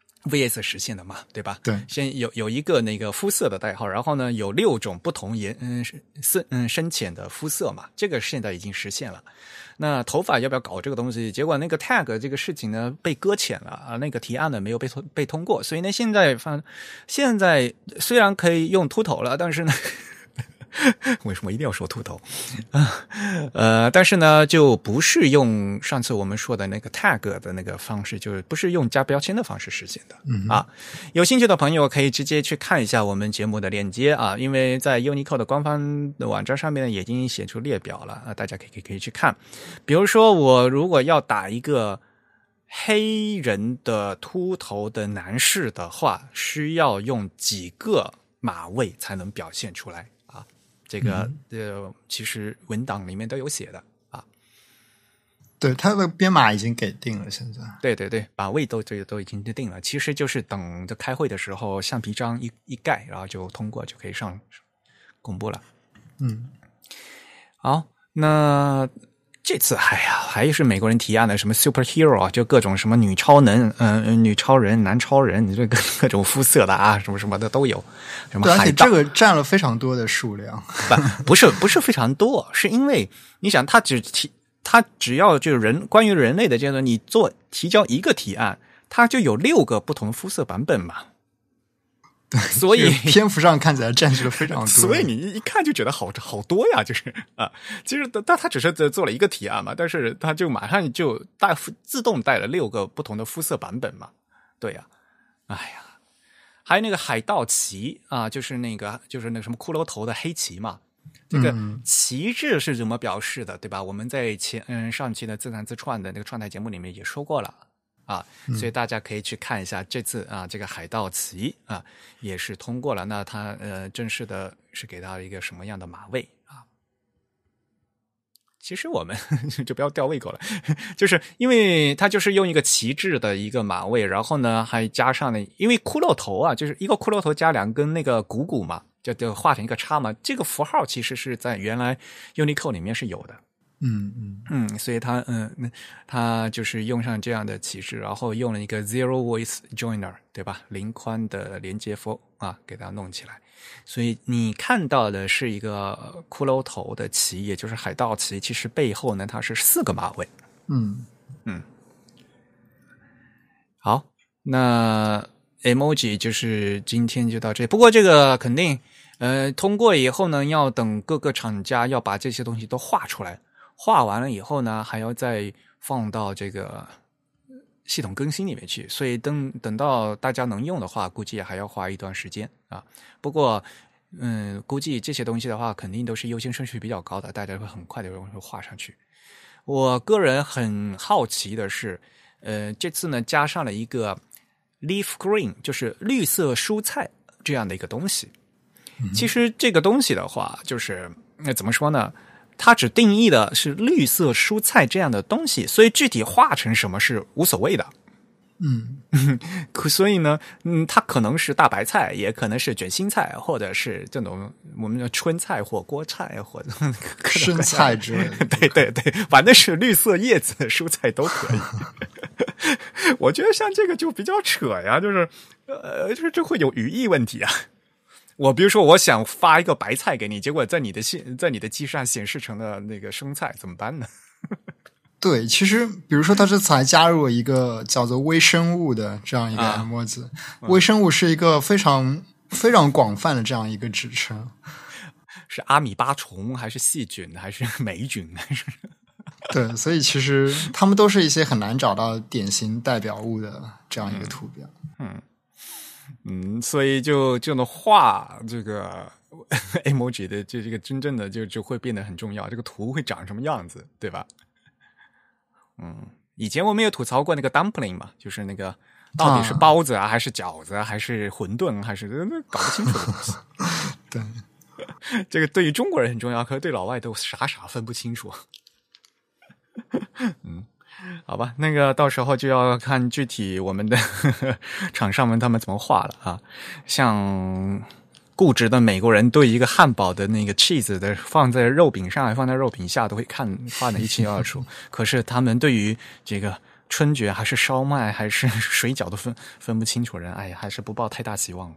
V S 实现的嘛，对吧？ 对， 先有有一个那个肤色的代号，然后呢，有六种不同颜嗯深嗯深浅的肤色嘛，这个现在已经实现了。那头发要不要搞这个东西？结果那个 tag 这个事情呢被搁浅了啊，那个提案呢没有被通被通过，所以呢现在反现在虽然可以用秃头了，但是呢。为什么一定要说秃头？呃，但是呢，就不是用上次我们说的那个 tag 的那个方式，就是不是用加标签的方式实现的。嗯啊，有兴趣的朋友可以直接去看一下我们节目的链接啊，因为在 Unicode 的官方的网站上面已经写出列表了啊，大家可以可以去看。比如说，我如果要打一个黑人的秃头的男士的话，需要用几个码位才能表现出来。这个呃，其实文档里面都有写的啊。 对，它的编码已经给定了，现在。 对对对，把位都这个都已经定了，其实就是等着开会的时候，橡皮章一一盖，然后就通过，就可以上公布了。 嗯， 好，那这次哎呀，还是美国人提案的什么 superhero 啊，就各种什么女超能，嗯、呃，女超人、男超人，你这个各种肤色的啊，什么什么的都有。什么海盗， 而且这个占了非常多的数量。 不，不是不是非常多，是因为你想，他只提他只要就是人关于人类的这个，你做提交一个提案，它就有六个不同肤色版本嘛。 对， 所以篇幅上看起来占据了非常多， 所以你一看就觉得好好多呀，就是啊，其实但他只是做了一个提案嘛，但是他就马上就带自动带了六个不同的肤色版本嘛，对呀，哎呀，还有那个海盗旗啊，就是那个就是那个什么骷髅头的黑旗嘛，这个旗帜是怎么表示的，对吧？我们在前嗯上期的自弹自串的那个串台节目里面也说过了。 啊，所以大家可以去看一下这次啊这个海盗旗啊也是通过了，那它呃正式的是给到一个什么样的马位啊？其实我们就不要吊胃口了，就是因为它就是用一个旗帜的一个马位，然后呢还加上了，因为骷髅头啊，就是一个骷髅头加两根那个鼓鼓嘛，就就画成一个叉嘛，这个符号其实是在原来 Unicode 里面是有的。 嗯嗯嗯，所以他嗯，他就是用上这样的旗帜，然后用了一个 Zero Voice Joiner， 对吧？零宽的连接符啊，给它弄起来。所以你看到的是一个骷髅头的旗，也就是海盗旗，其实背后呢，它是四个马尾。 嗯嗯，好，那 emoji 就是今天就到这。不过这个肯定，呃，通过以后呢，要等各个厂家要把这些东西都画出来。画完了以后呢，还要再放到这个系统更新里面去，所以等等到大家能用的话，估计还要花一段时间啊。不过，嗯，估计这些东西的话，肯定都是优先顺序比较高的，大家会很快的会画上去。我个人很好奇的是，呃，这次呢加上了一个 leaf green， 就是绿色蔬菜这样的一个东西。其实这个东西的话，就是那怎么说呢？它只定义的是绿色蔬菜这样的东西，所以具体画成什么是无所谓的。 嗯， 所以呢，嗯，它可能是大白菜，也可能是卷心菜，或者是这种我们的春菜、火锅菜，或者生菜之类的。 对对对，反正是绿色叶子的蔬菜都可以。我觉得像这个就比较扯呀，就是呃，就是这会有语义问题啊。我比如说，我想发一个白菜给你，结果在你的信在你的机上显示成了那个生菜，怎么办呢？ 对，其实比如说，它这次还加入了一个叫做微生物的这样一个啊 emoji，、嗯、微生物是一个非常非常广泛的这样一个指称， 是阿米巴虫还是细菌还是霉菌还是？ 对，所以其实它们都是一些很难找到典型代表物的这样一个图标。 嗯。嗯，所以就就能画这个 emoji 的这这个真正的就就会变得很重要，这个图会长什么样子，对吧？嗯，以前我们也吐槽过那个 dumpling 嘛，就是那个到底是包子啊，还是饺子啊，还是馄饨，还是搞不清楚的东西。 对， 这个对于中国人很重要，可是对老外都傻傻分不清楚。嗯。好吧，那个到时候就要看具体我们的呵呵厂商们他们怎么画了啊。像固执的美国人对一个汉堡的那个 cheese 的放在肉饼上放在肉饼下都会看画得一清二楚，可是他们对于这个春卷还是烧麦还是水饺都分分不清楚人，哎呀，还是不抱太大希望。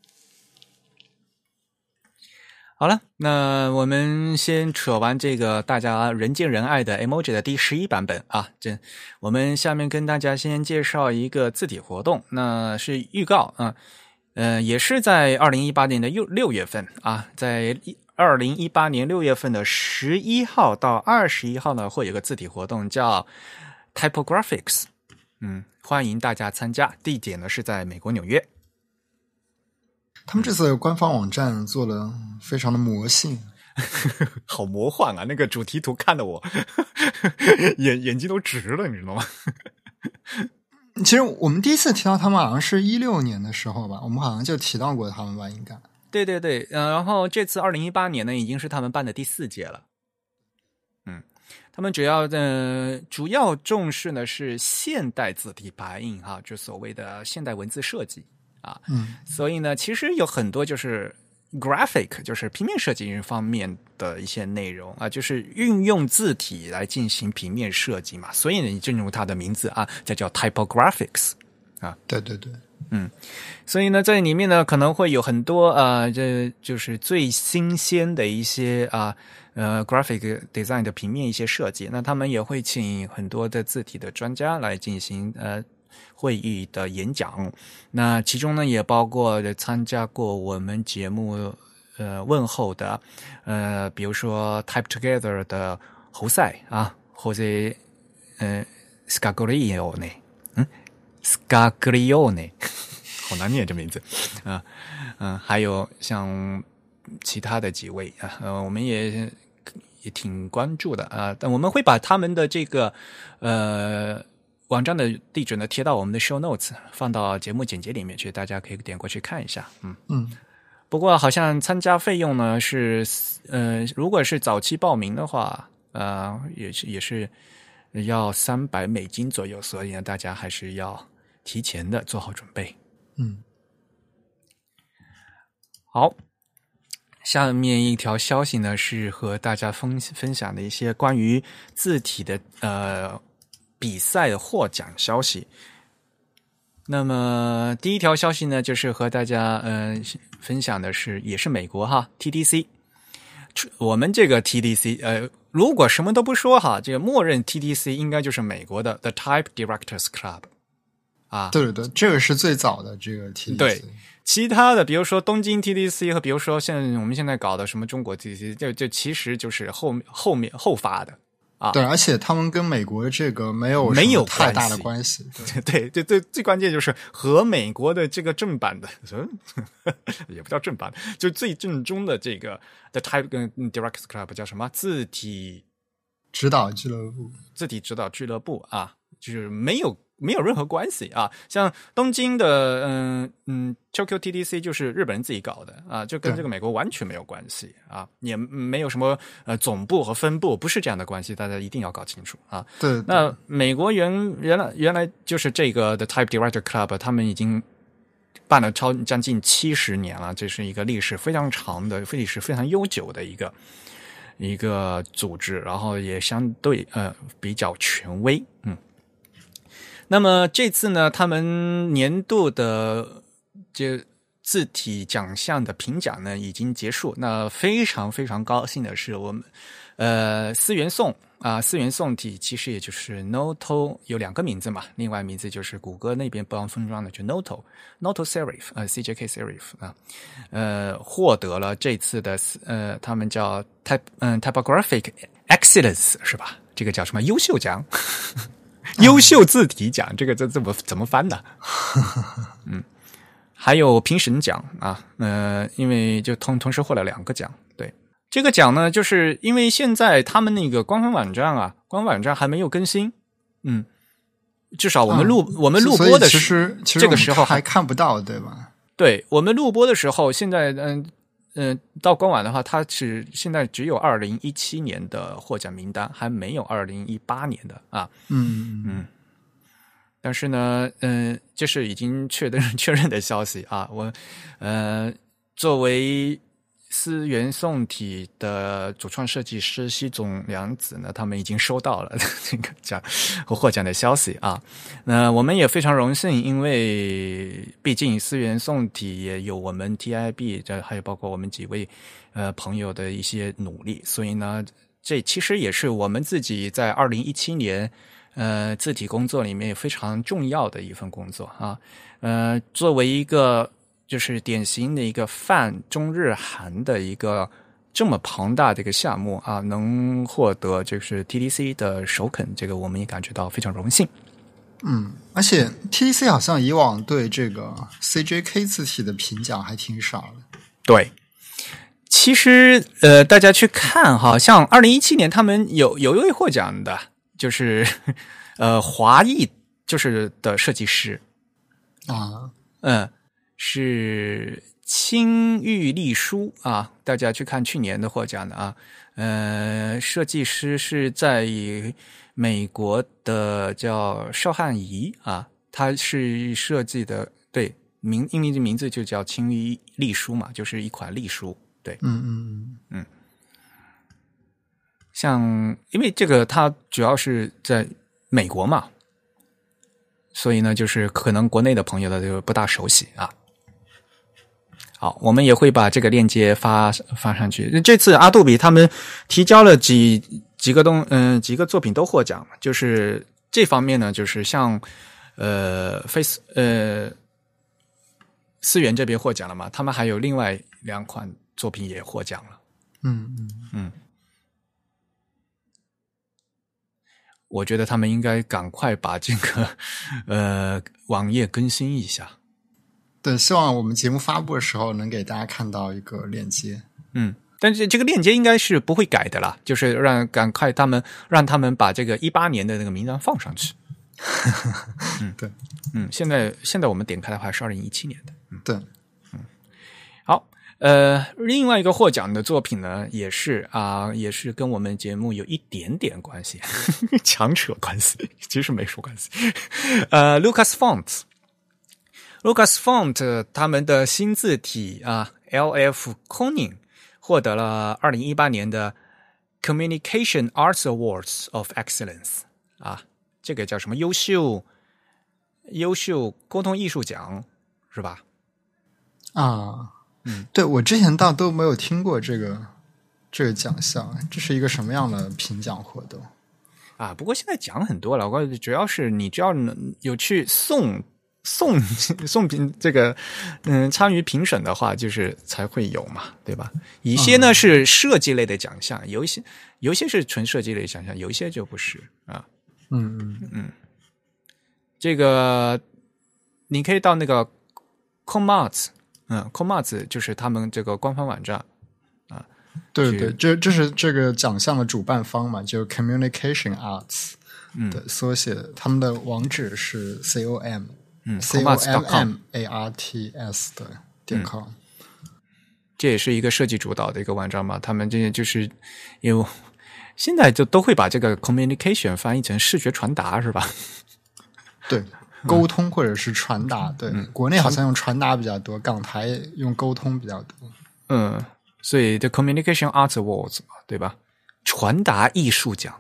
好了，那我们先扯完这个大家人见人爱的 emoji 的第十一版本啊，这我们下面跟大家先介绍一个字体活动，那是预告啊，呃，也是在二零一八年的六六月份啊，在二零一八年六月份的十一号到二十一号呢，会有个字体活动叫 Typographics， 嗯，欢迎大家参加，地点呢是在美国纽约。 他们这次官方网站做的非常的魔性， 好魔幻啊！那个主题图看得我眼眼睛都直了，你知道吗？ 其实我们第一次提到他们好像是一六年的时候吧，我们好像就提到过他们吧，应该。 对对对，呃，然后这次二零一八年呢，已经是他们办的第四届了。嗯，他们主要的主要重视呢是现代字体排印哈，就所谓的现代文字设计。啊， 嗯， 所以呢，其实有很多就是 graphic， 就是平面设计方面的一些内容啊，就是运用字体来进行平面设计嘛，所以呢，正如它的名字啊，这叫 typographics 啊， 对对对， 嗯，所以呢，在里面呢可能会有很多呃，这就是最新鲜的一些啊呃 graphic design 的平面一些设计，那他们也会请很多的字体的专家来进行呃。会议的演讲，那其中呢也包括参加过我们节目呃问候的呃，比如说 Type Together 的侯赛啊，或者呃 Scaglione， 嗯 Scaglione， 好难念这名字啊，嗯、呃，还有像其他的几位啊，呃，我们也也挺关注的啊，但我们会把他们的这个呃。 网站的地址呢贴到我们的 show notes， 放到节目简介里面去，大家可以点过去看一下。嗯嗯。 不过好像参加费用呢是，呃，如果是早期报名的话，呃，也是也是要三百美金左右，所以呢，大家还是要提前的做好准备。 嗯。 好，下面一条消息呢是和大家分分享的一些关于字体的呃比赛的获奖消息。那么第一条消息呢，就是和大家呃分享的是，也是美国哈 T D C， 我们这个 T D C 呃，如果什么都不说哈，这个默认 T D C 应该就是美国的 The Type Directors Club 啊， 对对对，这个是最早的这个 T D C。 对，其他的比如说东京 T D C 和比如说现在我们现在搞的什么中国 T D C， 就就其实就是后后面后发的。啊， 对，而且他们跟美国的这个没有没有太大的关系。 对对对，最关键就是和美国的这个正版的，也不叫正版，就最正宗的这个 The Type 跟 Directors Club 叫什么字体指导俱乐部， 字体指导俱乐部啊，就是没有没有任何关系啊。像东京的嗯嗯 Tokyo T D C 就是日本人自己搞的啊，就跟这个美国完全没有关系啊，也没有什么呃总部和分部，不是这样的关系，大家一定要搞清楚啊。 对， 那美国原原来原来就是这个 The Type Director Club， 他们已经办了超将近七十年了，这是一个历史非常长的、历史非常悠久的一个一个组织，然后也相对呃比较权威，嗯。那么这次呢，他们年度的这字体奖项的评奖呢已经结束。那非常非常高兴的是，我们呃思源宋啊，思源宋体其实也就是 Noto 有两个名字嘛，另外名字就是谷歌那边不让分装的，就 Noto Noto Serif 呃 C J K Serif 啊，呃获得了这次的呃他们叫 Type 嗯 Typographic Excellence 是吧？这个叫什么优秀奖？优秀字体奖，这个这怎么怎么翻的？嗯，还有评审奖啊，呃，因为就同同时获了两个奖。对，这个奖呢，就是因为现在他们那个官方网站啊，官方网站还没有更新，嗯，至少我们录、嗯、我们录播的其实其实这个时候还看不到，对吧？ 对，我们录播的时候，现在嗯。嗯、呃，到官网的话，它是现在只有二零一七年的获奖名单，还没有二零一八年的啊。 嗯嗯。但是呢，嗯、呃，这是已经确认确认的消息啊。我呃，作为思源宋体的主创设计师西冢良子呢，他们已经收到了这个奖获奖的消息啊。那我们也非常荣幸，因为毕竟思源宋体也有我们 T I B， 这还有包括我们几位呃朋友的一些努力，所以呢，这其实也是我们自己在二零一七年呃字体工作里面非常重要的一份工作啊。呃，作为一个就是典型的一个泛中日韩的一个这么庞大的一个项目啊，能获得就是 T D C 的首肯，这个我们也感觉到非常荣幸。 嗯，而且 T D C 好像以往对这个 C J K 字体的评奖还挺少的。 对，其实呃，大家去看哈，像二零一七年他们有有一位获奖的，就是呃华裔就是的设计师啊， 嗯。是青玉丽书啊，大家去看去年的获奖的啊，呃，设计师是在美国的叫邵汉仪啊，他是设计的，对，名因为这名字就叫青玉丽书嘛，就是一款隶书，对， 嗯嗯嗯嗯，像因为这个它主要是在美国嘛，所以呢，就是可能国内的朋友呢就不大熟悉啊。好，我们也会把这个链接发发上去。这次阿杜比他们提交了几几个东嗯、呃、几个作品都获奖，就是这方面呢，就是像呃 Face 呃思源这边获奖了嘛，他们还有另外两款作品也获奖了。 嗯嗯嗯，我觉得他们应该赶快把这个呃网页更新一下。 对，希望我们节目发布的时候能给大家看到一个链接。 嗯，但是这个链接应该是不会改的啦，就是让赶快他们让他们把这个一八年的那个名单放上去。 嗯， 对， 嗯，现在现在我们点开的话是二零一七年的，嗯， 对， 嗯，好，呃，另外一个获奖的作品呢，也是啊、呃，也是跟我们节目有一点点关系，强扯关系，其实没什么关系。呃 ，Lucasfont，Lucasfont 他们的新字体啊 ，L F Koenig 获得了二零一八年的 Communication Arts Awards of Excellence 啊。这个叫什么优秀优秀沟通艺术奖是吧？ 啊， 嗯， 对，我之前倒都没有听过这个这个奖项，这是一个什么样的评奖活动啊？不过现在奖很多了，我主要是你只要有去送送送评这个嗯参与评审的话，就是才会有嘛，对吧？一些呢、嗯、是设计类的奖项，有一些有一些是纯设计类的奖项，有一些就不是啊。 嗯嗯嗯，这个你可以到那个 Comarts， 嗯 Comarts 就是他们这个官方网站啊。 对对，这这是这个奖项的主办方嘛，就 Communication Arts 的缩写，嗯、他们的网址是 C O M， 嗯 C O M M A R T S 的点 com。 嗯、这也是一个设计主导的一个网站嘛，他们这就是有。现在就都会把这个 communication 翻译成视觉传达，是吧？ 对，沟通或者是传达。对、嗯，国内好像用传达比较多，港台用沟通比较多。 嗯，所以 the Communication Arts Awards 嘛，对吧？传达艺术奖。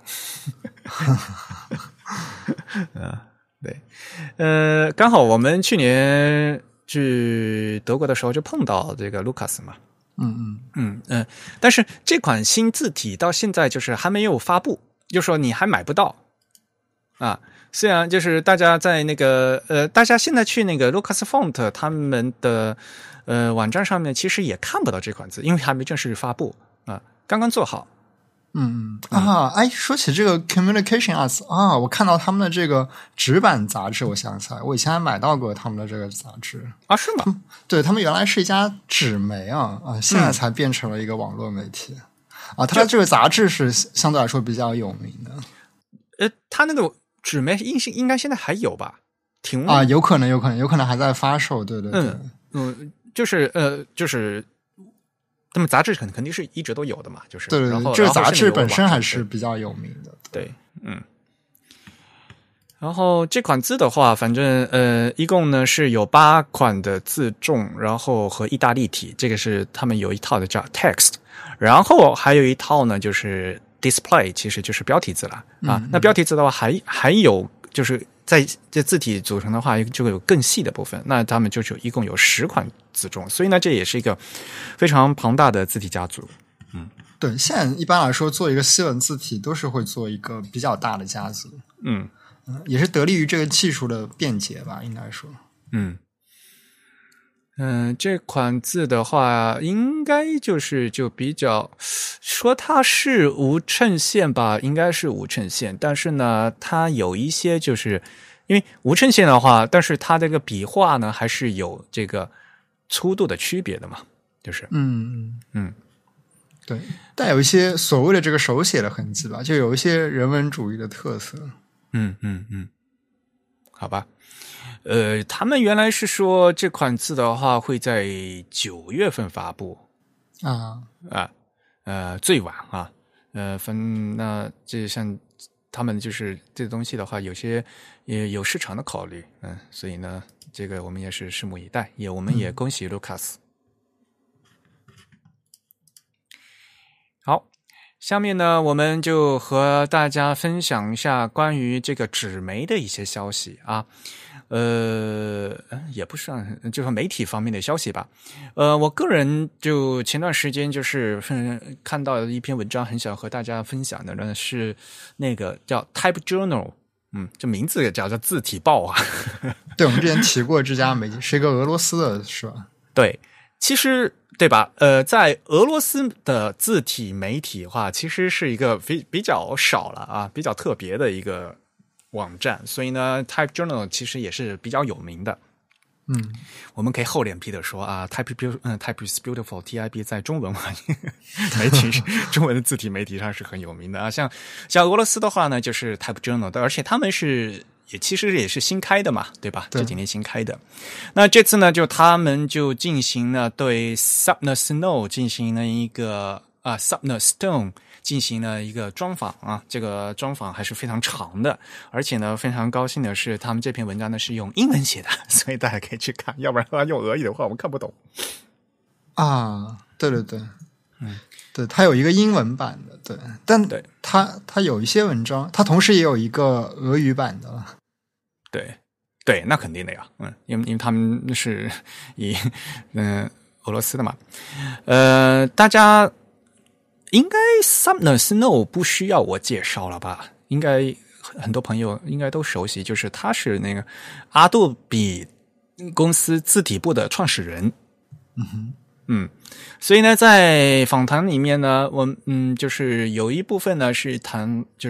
嗯，对，呃，刚好我们去年去德国的时候就碰到这个 Lucas 嘛。 嗯嗯嗯嗯，但是这款新字体到现在就是还没有发布，就说你还买不到啊。虽然就是大家在那个呃，大家现在去那个 Lucasfont 他们的呃网站上面，其实也看不到这款字，因为还没正式发布啊，刚刚做好。 嗯嗯啊，哎，说起这个 Communication Arts 啊，我看到他们的这个纸版杂志，我想起来，我以前还买到过他们的这个杂志啊，是吗？ 对，他们原来是一家纸媒啊啊，现在才变成了一个网络媒体、嗯、啊。他的这个杂志是相对来说比较有名的。 呃，他那个纸媒应应该现在还有吧？挺啊，有可能，有可能，有可能还在发售。对对对， 嗯嗯，就是呃，就是。那么杂志肯肯定是一直都有的嘛，就是对对对， 然后这个杂志本身还是比较有名的。 对，嗯。然后这款字的话，反正呃，一共呢是有八款的字重，然后和意大利体，这个是他们有一套的叫 text， 然后还有一套呢就是 display， 其实就是标题字了啊。 嗯、 那标题字的话还还有就是在这字体组成的话，就有更细的部分。那他们就有一共有十款字重，所以呢，这也是一个非常庞大的字体家族。嗯， 对，现在一般来说做一个西文字体都是会做一个比较大的家族。 嗯。 也是得力于这个技术的便捷吧，应该说。 嗯嗯、呃，这款字的话，应该就是就比较说它是无衬线吧，应该是无衬线，但是呢，它有一些就是因为无衬线的话，但是它这个笔画呢还是有这个粗度的区别的嘛，就是嗯嗯嗯， 对，带有一些所谓的这个手写的痕迹吧，就有一些人文主义的特色。 嗯嗯嗯，好吧，呃，他们原来是说这款字的话会在九月份发布啊啊，呃，最晚啊，呃，分那这像他们就是这东西的话，有些也有市场的考虑，嗯，所以呢，这个我们也是拭目以待，也我们也恭喜 Lucas。嗯、好。下面呢，我们就和大家分享一下关于这个纸媒的一些消息啊，呃，也不算，就是媒体方面的消息吧。呃，我个人就前段时间就是看到一篇文章，很想和大家分享的呢是那个叫 Type Journal， 嗯，这名字叫做字体报啊。 对，我们之前提过这家媒体是一个俄罗斯的，是吧？ 对。其实对吧？呃，在俄罗斯的字体媒体的话，其实是一个比比较少了啊，比较特别的一个网站，所以呢 ，Type Journal 其实也是比较有名的。 嗯， 我们可以厚脸皮的说啊 ，Type 嗯 ，Type is beautiful，T I B 在中文媒体中文的字体媒体上是很有名的啊。像像俄罗斯的话呢，就是 Type Journal 的，而且他们是也其实也是新开的嘛，对吧？ 对， 这几年新开的。那这次呢，就他们就进行了对 Sumner Snow 进行了一个啊 Sumner Stone 进行了一个专访啊，这个专访还是非常长的，而且呢，非常高兴的是，他们这篇文章呢是用英文写的，所以大家可以去看，要不然他用俄语的话，我们看不懂。 啊，对对对， 嗯， 对，它有一个英文版的，对，但对它它有一些文章，它同时也有一个俄语版的。 对对，那肯定的呀，嗯，因为因为他们是以嗯、呃、俄罗斯的嘛，呃，大家应该 Sumner Snow 不需要我介绍了吧？应该很多朋友应该都熟悉，就是他是那个阿杜比公司字体部的创始人。 嗯哼。 嗯，所以呢，在访谈里面呢，我嗯，就是有一部分呢是谈，就是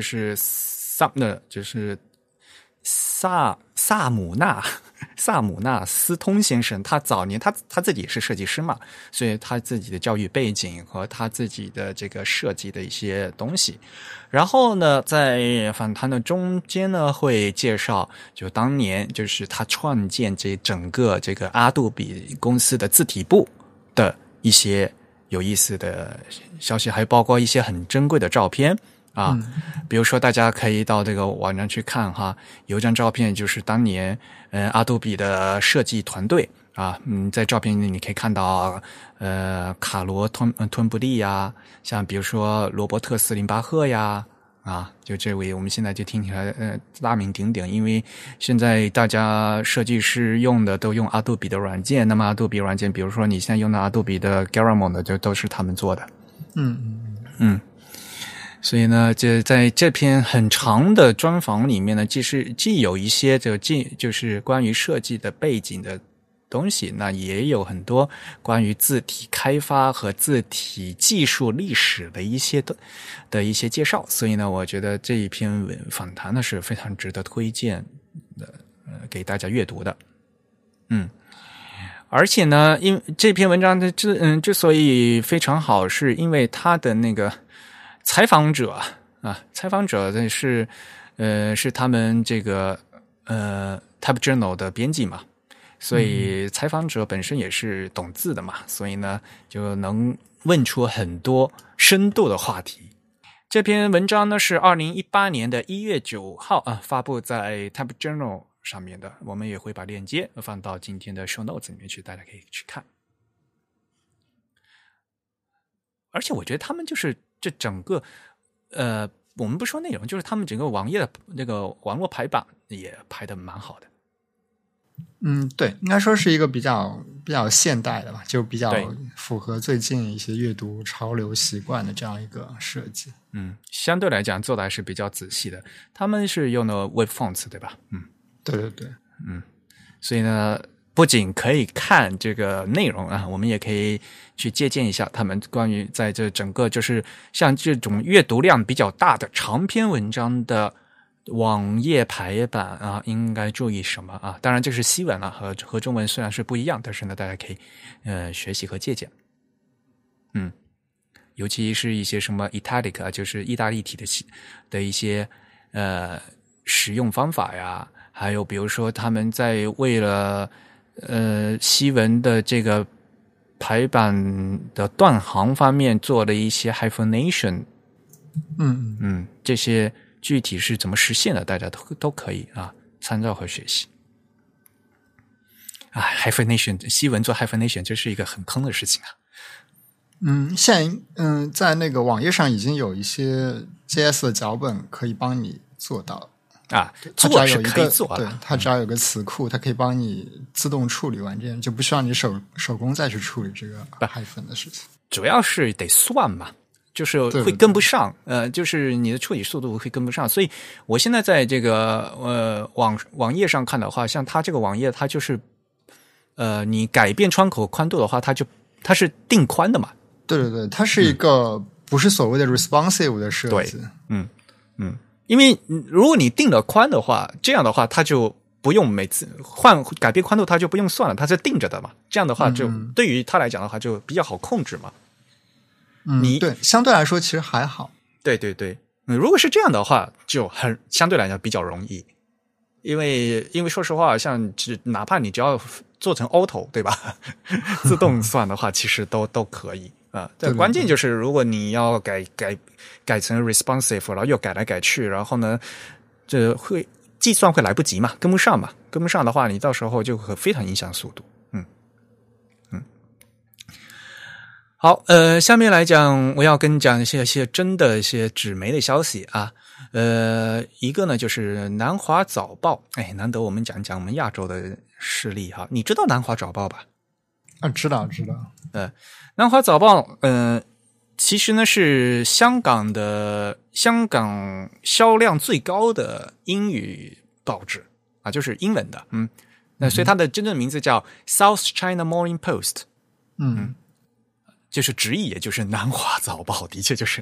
Sumner， 就是萨萨姆纳萨姆纳斯通先生，他早年他他自己也是设计师嘛，所以他自己的教育背景和他自己的这个设计的一些东西。然后呢，在访谈的中间呢，会介绍就当年就是他创建这整个这个阿杜比公司的字体部的一些有意思的消息，还包括一些很珍贵的照片啊， 嗯、 比如说大家可以到这个网站去看哈，有一张照片就是当年呃阿杜比的设计团队啊，嗯，在照片里你可以看到呃卡罗吞吞布利呀，像比如说罗伯特斯林巴赫呀。啊，就这位，我们现在就听起来呃大名鼎鼎，因为现在大家设计师用的都用阿杜比的软件，那么阿杜比软件，比如说你现在用的阿杜比的 Garamond 就都是他们做的。 嗯嗯嗯，所以呢，这在这篇很长的专访里面呢，既是既有一些就既就是关于设计的背景的东西，那也有很多关于字体开发和字体技术历史的一些的的一些介绍，所以呢，我觉得这一篇访谈呢是非常值得推荐的，呃，给大家阅读的。嗯，而且呢，因这篇文章的之嗯之所以非常好，是因为他的那个采访者啊，采访者的是呃是他们这个呃 Type Journal 的编辑嘛。所以采访者本身也是懂字的嘛，所以呢就能问出很多深度的话题。这篇文章呢是二零一八年的一月九号啊发布在 Type Journal 上面的，我们也会把链接放到今天的 show notes 里面去，大家可以去看。而且我觉得他们就是这整个呃，我们不说内容，就是他们整个网页的那个网络排版也排得蛮好的。 嗯，对，应该说是一个比较比较现代的吧，就比较符合最近一些阅读潮流习惯的这样一个设计。 嗯，相对来讲做的还是比较仔细的。他们是用的 Web Fonts 对吧？嗯， 对对对， 嗯，所以呢，不仅可以看这个内容啊，我们也可以去借鉴一下他们关于在这整个就是像这种阅读量比较大的长篇文章的网页排版啊，应该注意什么啊？当然这是西文啊，和和中文虽然是不一样，但是呢，大家可以呃学习和借鉴。嗯，尤其是一些什么 italic 啊，就是意大利体的的一些呃使用方法呀，还有比如说他们在为了呃西文的这个排版的断行方面做了一些 hyphenation， 嗯嗯，这些。具体是怎么实现的，大家都都可以啊参照和学习。啊 ，hyphenation 西文做 hyphenation 这是一个很坑的事情啊。 嗯，现在嗯，在那个网页上已经有一些 J S 的脚本可以帮你做到啊， 它只要有一个做对，它只要有个词库，它可以帮你自动处理完这样，就不需要你手手工再去处理这个 hyphen 的事情。 主要是得算嘛。就是会跟不上，呃，就是你的处理速度会跟不上，所以我现在在这个呃网网页上看的话，像它这个网页，它就是呃，你改变窗口宽度的话，它就它是定宽的嘛。 对对对，它是一个不是所谓的 responsive 的设计。 对，嗯嗯，因为如果你定了宽的话，这样的话，它就不用每次换改变宽度，它就不用算了，它是定着的嘛。这样的话，就对于它来讲的话，就比较好控制嘛。 嗯， 你对，相对来说其实还好。 对对对，嗯，如果是这样的话，就很相对来讲比较容易， 因为因为说实话，像只哪怕你只要做成 auto 对吧，自动算的话，其实都都可以啊。这关键就是如果你要改改改成 responsive， 然后又改来改去，然后呢，这会计算会来不及嘛，跟不上嘛，跟不上的话，你到时候就会非常影响速度。嗯嗯。好，呃，下面来讲，我要跟你讲一些一些真的一些纸媒的消息啊。呃，一个呢就是南华早报，哎，难得我们讲讲我们亚洲的事例哈。你知道南华早报吧？ 啊，知道知道。 呃，南华早报，呃，其实呢是香港的香港销量最高的英语报纸啊，就是英文的，嗯，那所以它的真正名字叫 South China Morning Post， 嗯。 嗯，就是直译，也就是南华早报，的确就是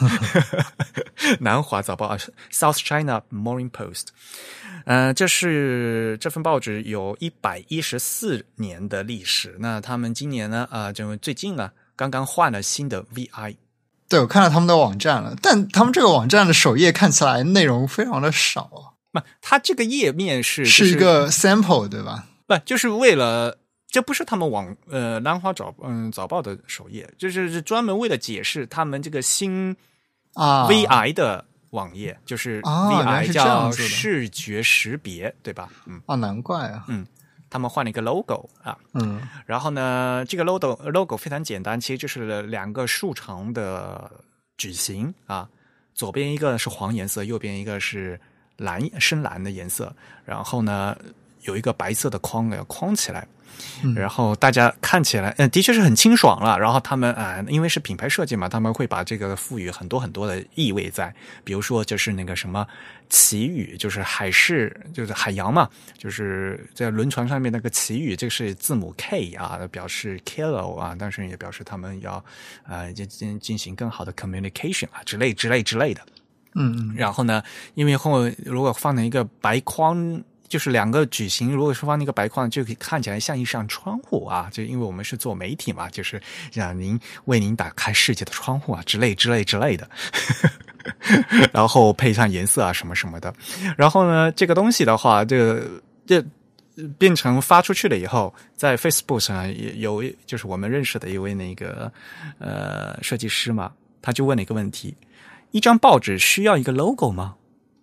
南华早报啊 ，South China Morning Post。呃，这是这份报纸有一百一十四年的历史。那他们今年呢，啊、呃，就最近呢，刚刚换了新的 V I。 对，我看到他们的网站了，但他们这个网站的首页看起来内容非常的少。 不，它这个页面是、就是、 是一个 sample 对吧？ 不，就是为了。这不是他们网呃南华早嗯早报的首页，就是专门为了解释他们这个新啊 V I 的网页，就是 V I 是叫视觉识别，啊、对吧？嗯， 啊，难怪啊， 嗯，他们换了一个 logo 啊， 嗯， 然后呢，这个 logo logo 非常简单，其实就是两个竖长的矩形啊，左边一个是黄颜色，右边一个是蓝深蓝的颜色，然后呢有一个白色的框给框起来。然后大家看起来，嗯、呃，的确是很清爽了。然后他们啊、呃，因为是品牌设计嘛，他们会把这个赋予很多很多的意味在，比如说就是那个什么旗语，就是海事，就是海洋嘛，就是在轮船上面那个旗语，这个是字母 K 啊，表示 kilo 啊，但是也表示他们要呃进进行更好的 communication 啊，之类之类之类的。 嗯嗯。 然后呢，因为后如果放了一个白框。就是两个矩形，如果是放那个白框，就可以看起来像一扇窗户啊！就因为我们是做媒体嘛，就是让您为您打开世界的窗户啊，之类之类之类的。然后配上颜色啊，什么什么的。然后呢，这个东西的话，这个这变成发出去了以后，在 Facebook 上也有，就是我们认识的一位那个呃设计师嘛，他就问了一个问题：一张报纸需要一个 logo 吗？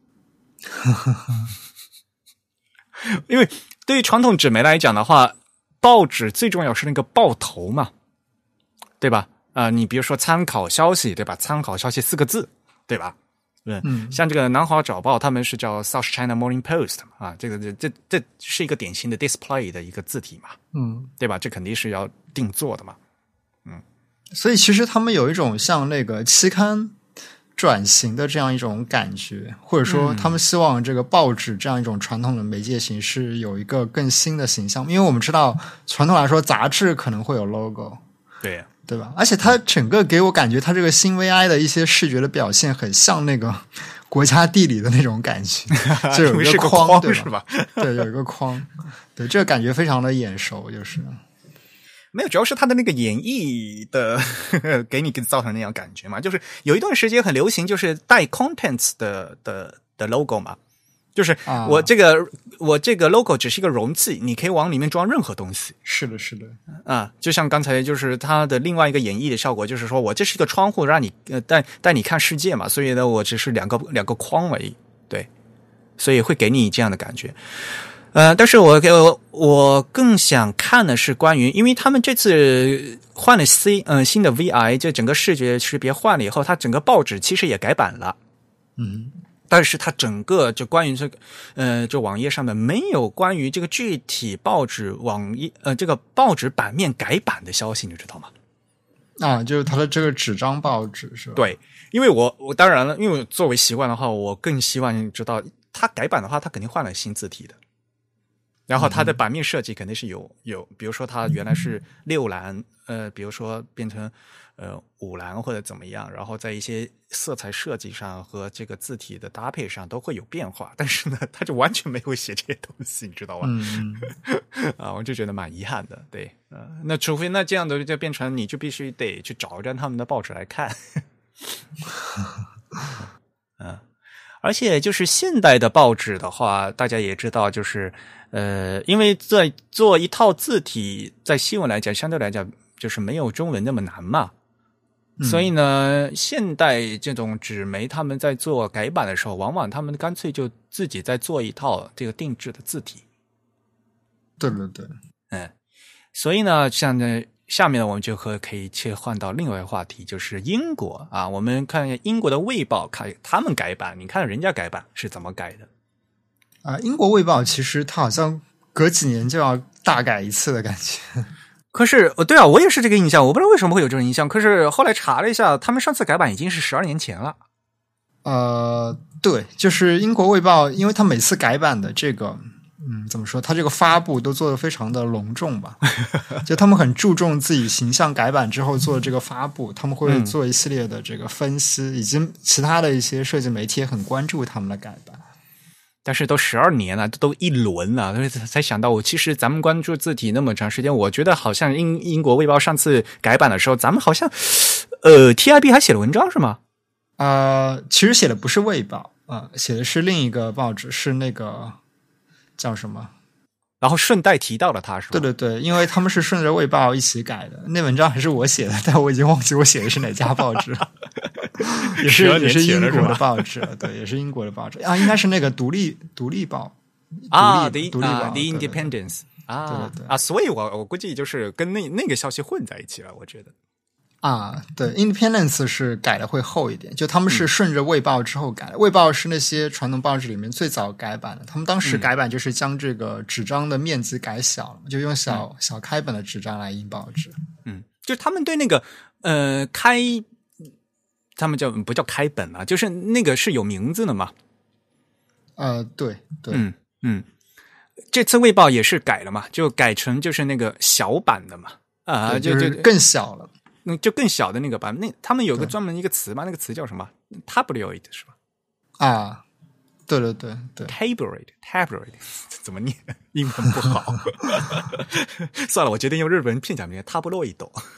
因为对于传统纸媒来讲的话，报纸最重要是那个报头嘛，对吧？啊、呃，你比如说参考消息，对吧？参考消息四个字，对吧？对， 嗯， 像这个南华早报，他们是叫 South China Morning Post 啊，这个这这这是一个典型的 display 的一个字体嘛， 嗯， 对吧？这肯定是要定做的嘛，嗯。 所以其实他们有一种像那个期刊转型的这样一种感觉，或者说他们希望这个报纸这样一种传统的媒介形式有一个更新的形象，因为我们知道传统来说杂志可能会有 logo， 对对吧？而且它整个给我感觉它这个新 V I 的一些视觉的表现很像那个国家地理的那种感觉，就有一个框， 框对吧？ 是吧？ 对，有一个框，对，这个感觉非常的眼熟，就是没有，主要是他的那个演绎的呵呵给你造成那样感觉嘛，就是有一段时间很流行，就是带 contents 的的的 logo 嘛，就是我这个、啊、我这个 logo 只是一个容器，你可以往里面装任何东西。 是的，是的， 啊，就像刚才就是它的另外一个演绎的效果，就是说我这是一个窗户，让你呃带带你看世界嘛，所以呢，我只是两个两个框而已，对，所以会给你这样的感觉。呃，但是我我我更想看的是关于，因为他们这次换了 C 嗯、呃、新的 V I， 这整个视觉识别换了以后，它整个报纸其实也改版了， 嗯， 但是它整个就关于这个呃这网页上面没有关于这个具体报纸网页呃这个报纸版面改版的消息，你知道吗？ 啊，就是它的这个纸张报纸是吧？ 对，因为我我当然了，因为作为习惯的话，我更希望你知道，它改版的话，它肯定换了新字体的。然后它的版面设计肯定是有有，比如说它原来是六栏，呃，比如说变成呃五栏或者怎么样，然后在一些色彩设计上和这个字体的搭配上都会有变化，但是呢，它就完全没有写这些东西，你知道吗？ 嗯， 啊，我就觉得蛮遗憾的，对，呃，那除非那这样的就变成你就必须得去找一张他们的报纸来看，嗯。 而且就是现代的报纸的话，大家也知道，就是呃，因为在做一套字体，在新闻来讲，相对来讲就是没有中文那么难嘛。嗯、所以呢，现代这种纸媒他们在做改版的时候，往往他们干脆就自己在做一套这个定制的字体。 对对对， 嗯，所以呢，像呢。下面呢，我们就可可以切换到另外一个话题，就是英国啊。我们看英国的《卫报》，看他们改版，你看人家改版是怎么改的啊？英国《卫报》其实它好像隔几年就要大改一次的感觉。 可是，对啊，我也是这个印象，我不知道为什么会有这种印象。可是后来查了一下，他们上次改版已经是十二年前了。 呃，对，就是英国《卫报》，因为它每次改版的这个。嗯，怎么说？他这个发布都做得非常的隆重吧？就他们很注重自己形象改版之后做这个发布，他们会做一系列的这个分析，嗯、以及其他的一些设计媒体也很关注他们的改版。 但是都十二年了，都一轮了，才想到我其实咱们关注字体那么长时间，我觉得好像英英国卫报上次改版的时候，咱们好像呃 T I B 还写了文章是吗？ 呃，其实写的不是卫报啊、呃，写的是另一个报纸，是那个。叫什么？ 然后顺带提到了他，是吧？ 对对对，因为他们是顺着《卫报》一起改的。那文章还是我写的，但我已经忘记我写的是哪家报纸了。也是也是英国的报纸，对，也是英国的报纸啊，应该是那个独立独立报啊， 独立独立报 ，The Independence 啊， 对对对啊，所以我我估计就是跟那那个消息混在一起了，我觉得。 啊，对 ，Independence 是改的会厚一点，就他们是顺着《卫报》之后改的。嗯，《卫报》是那些传统报纸里面最早改版的，他们当时改版就是将这个纸张的面积改小了，嗯、就用小、嗯、小开本的纸张来印报纸。 嗯，就他们对那个呃开，他们叫不叫开本啊？就是那个是有名字的嘛？ 呃，对对， 嗯嗯，这次《卫报》也是改了嘛，就改成就是那个小版的嘛，啊、呃， 就就更小了。 嗯，就更小的那个版，那他们有个专门一个词嘛，那个词叫什么 ？tabloid 是吧？ 啊，对对对对 ，tabloid tabloid 怎么念？英文不好，算了，我决定用日本片假名 tabloid。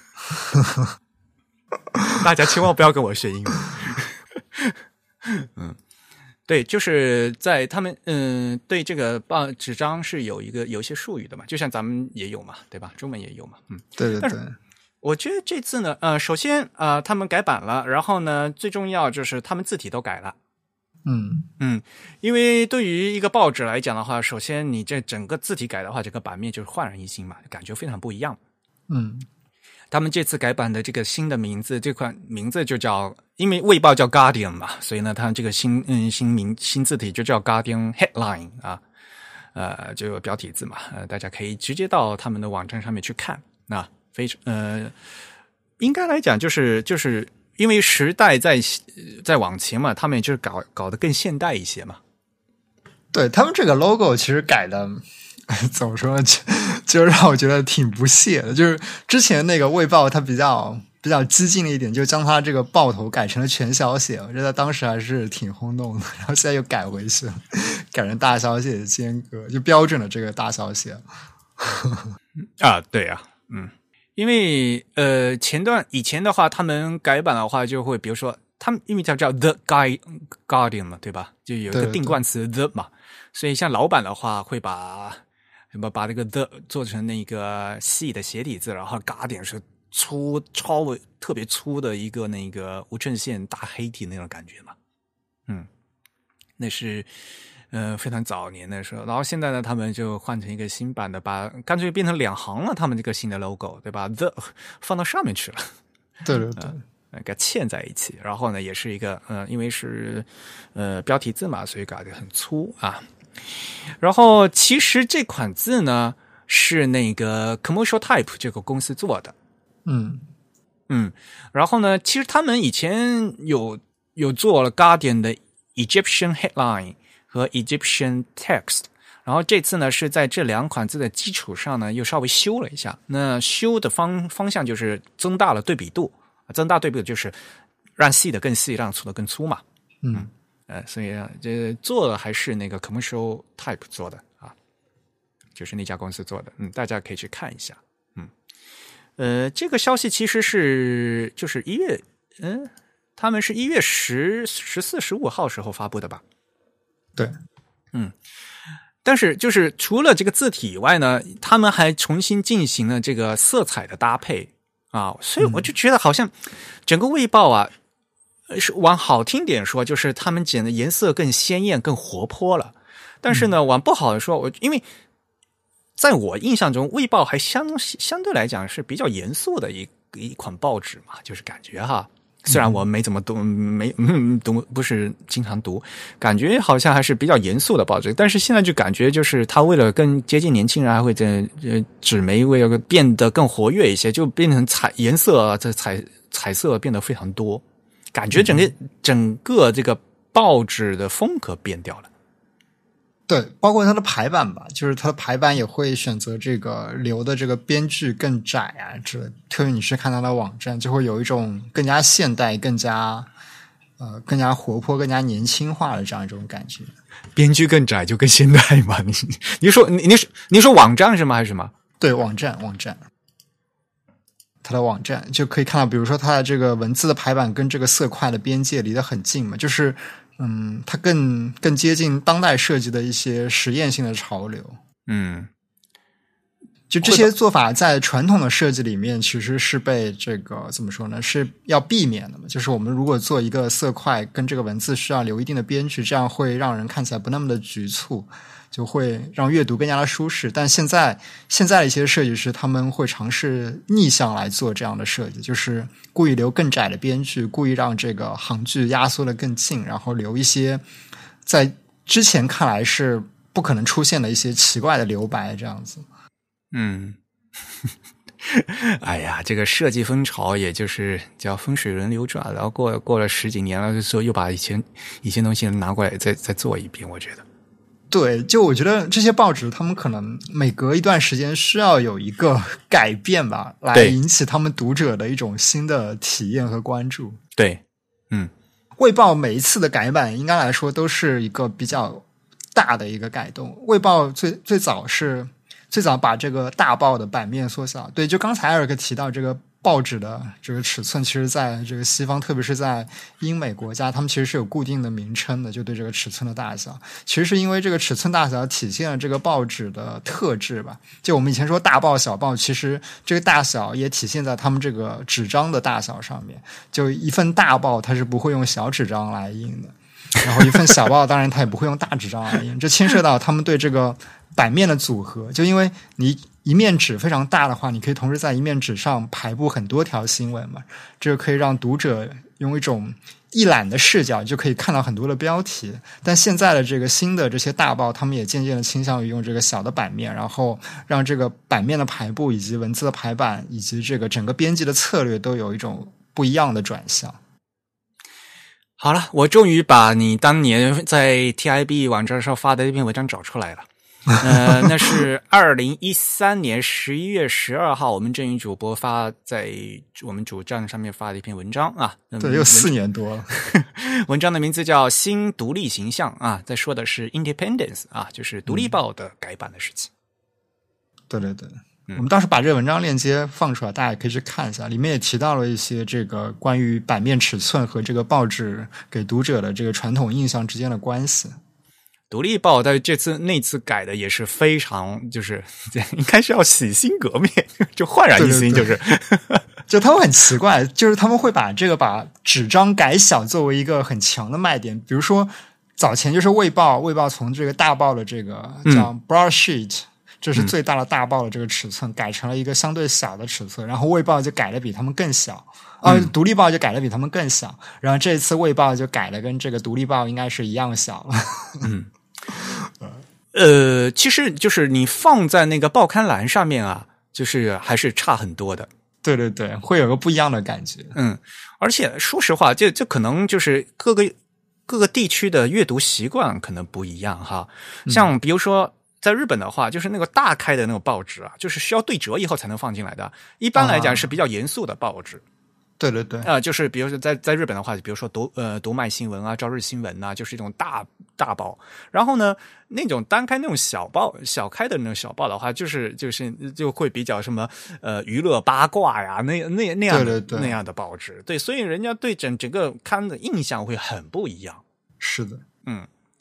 大家千万不要跟我学英语。嗯，对，就是在他们嗯对这个报纸张是有一个有一些术语的嘛，就像咱们也有嘛，对吧？中文也有嘛，嗯， 对对对。 我觉得这次呢，呃，首先啊、呃，他们改版了，然后呢，最重要就是他们字体都改了。 嗯嗯，因为对于一个报纸来讲的话，首先你这整个字体改的话，这个版面就是焕然一新嘛，感觉非常不一样。 嗯， 他们这次改版的这个新的名字，这款名字就叫，因为卫报叫 Guardian 嘛，所以呢，它这个新嗯新名新字体就叫 Guardian Headline 啊，呃，就有标题字嘛，呃，大家可以直接到他们的网站上面去看，那。非常呃，应该来讲就是就是因为时代在在往前嘛，他们也就是搞搞得更现代一些嘛。 对，他们这个 logo 其实改的怎么说呢，就就让我觉得挺不屑的。就是之前那个卫报它比较比较激进了一点，就将它这个报头改成了全小写，我觉得当时还是挺轰动的。然后现在又改回去了，改成大小写的间隔，就标准的这个大小写。 啊，对啊，嗯。因为呃，前段以前的话，他们改版的话，就会比如说，他们因为它叫 The Guardian 嘛，对吧？就有一个定冠词 The 嘛，所以像老版的话，会把什么把这个 The 做成那个细的斜体字，然后 Guardian 是粗超特别粗的一个那个无衬线大黑体那种感觉嘛，嗯，那是。呃，非常早年的时候，然后现在呢，他们就换成一个新版的，把干脆变成两行了。他们这个新的 logo， 对吧 ？The 放到上面去了， 对对对， 呃，给嵌在一起。然后呢，也是一个，呃，因为是呃标题字嘛，所以搞得很粗啊。然后其实这款字呢是那个 Commercial Type 这个公司做的， 嗯嗯。然后呢，其实他们以前有有做了 Guardian 的 Egyptian Headline。和 Egyptian Text， 然后这次呢是在这两款字的基础上呢又稍微修了一下。那修的方方向就是增大了对比度，增大对比度就是让细的更细，让粗的更粗嘛。 嗯， 呃，所以这做的还是那个 Commercial Type 做的啊，就是那家公司做的。嗯，大家可以去看一下。嗯，呃，这个消息其实是就是一月，嗯，他们是一月十十四、十五号时候发布的吧？ 对， 嗯。但是就是除了这个字体以外呢，他们还重新进行了这个色彩的搭配啊，所以我就觉得好像整个卫报啊，是往好听点说，就是他们剪的颜色更鲜艳、更活泼了。但是呢，往不好的说，我因为在我印象中，卫报还相相对来讲是比较严肃的一一款报纸嘛，就是感觉哈。虽然我没怎么读，没嗯读不是经常读，感觉好像还是比较严肃的报纸。但是现在就感觉就是他为了更接近年轻人，还会在呃纸媒为了变得更活跃一些，就变成彩颜色这彩彩色变得非常多，感觉整个、嗯、整个这个报纸的风格变掉了。 对，包括它的排版吧，就是它的排版也会选择这个留的这个边距更窄啊之类的。特别你是看它的网站，就会有一种更加现代、更加呃更加活泼、更加年轻化的这样一种感觉。 边距更窄就更现代嘛？你你说你你说你说网站是吗？还是什么？ 对，网站网站，它的网站就可以看到，比如说它的这个文字的排版跟这个色块的边界离得很近嘛，就是。嗯，它更更接近当代设计的一些实验性的潮流。 嗯， 就这些做法在传统的设计里面其实是被这个怎么说呢？是要避免的嘛。就是我们如果做一个色块跟这个文字需要留一定的边距，这样会让人看起来不那么的局促，就会让阅读更加的舒适。但现在现在的一些设计师他们会尝试逆向来做这样的设计，就是故意留更窄的边距，故意让这个行距压缩的更近，然后留一些在之前看来是不可能出现的一些奇怪的留白这样子。 嗯，哎呀，这个设计风潮也就是叫风水轮流转，然后过过了十几年了，就说又把以前以前东西拿过来再再做一遍，我觉得。 对，就我觉得这些报纸他们可能每隔一段时间需要有一个改变吧，来引起他们读者的一种新的体验和关注。 对，嗯， 卫报每一次的改版应该来说都是一个比较大的一个改动。卫报最最早是最早把这个大报的版面缩小。对，就刚才艾瑞克提到这个报纸的这个尺寸，其实在这个西方，特别是在英美国家，他们其实是有固定的名称的，就对这个尺寸的大小。其实是因为这个尺寸大小体现了这个报纸的特质吧。就我们以前说大报小报，其实这个大小也体现在他们这个纸张的大小上面。就一份大报它是不会用小纸张来印的，然后一份小报当然它也不会用大纸张来印，这牵涉到他们对这个版面的组合。就因为你一面纸非常大的话，你可以同时在一面纸上排布很多条新闻嘛，这个可以让读者用一种一览的视角就可以看到很多的标题。但现在的这个新的这些大报，他们也渐渐的倾向于用这个小的版面，然后让这个版面的排布以及文字的排版以及这个整个编辑的策略都有一种不一样的转向。 好了，我终于把你当年在 T I B 网站上发的那篇文章找出来了。呃，那是二零一三年十一月十二号，我们正宇主播发在我们主站上面发的一篇文章啊。 对，又四年多了。 文章的名字叫《新独立形象》啊，在说的是 Independence 啊，就是独立报的改版的事情。 嗯、对对对。我们当时把这个文章链接放出来，大家也可以去看一下，里面也提到了一些这个关于版面尺寸和这个报纸给读者的这个传统印象之间的关系。 独立报在这次那次改的也是非常，就是应该是要洗心革面，就焕然一新，就是对对对就他们很奇怪，就是他们会把这个把纸张改小作为一个很强的卖点。比如说早前就是卫报，卫报从这个大报的这个叫 broadsheet、嗯这是最大的大报的这个尺寸、嗯、改成了一个相对小的尺寸，然后卫报就改的比他们更小，呃，独立报就改的比他们更小，然后这次卫报就改的跟这个独立报应该是一样小了。 嗯，呃，其实就是你放在那个报刊栏上面啊，就是还是差很多的。 对对对，会有个不一样的感觉。 嗯，而且说实话，这这可能就是各个各个地区的阅读习惯可能不一样哈，像比如说。嗯在日本的话，就是那个大开的那种报纸啊，就是需要对折以后才能放进来的。一般来讲是比较严肃的报纸。啊、 对对对。 呃，就是比如说在在日本的话，比如说读呃读卖新闻啊、朝日新闻啊，就是一种大大报。然后呢，那种单开那种小报、小开的那种小报的话，就是就是就会比较什么呃娱乐八卦呀，那那那样的对对对那样的报纸。对，所以人家对整整个刊的印象会很不一样。 是的， 嗯。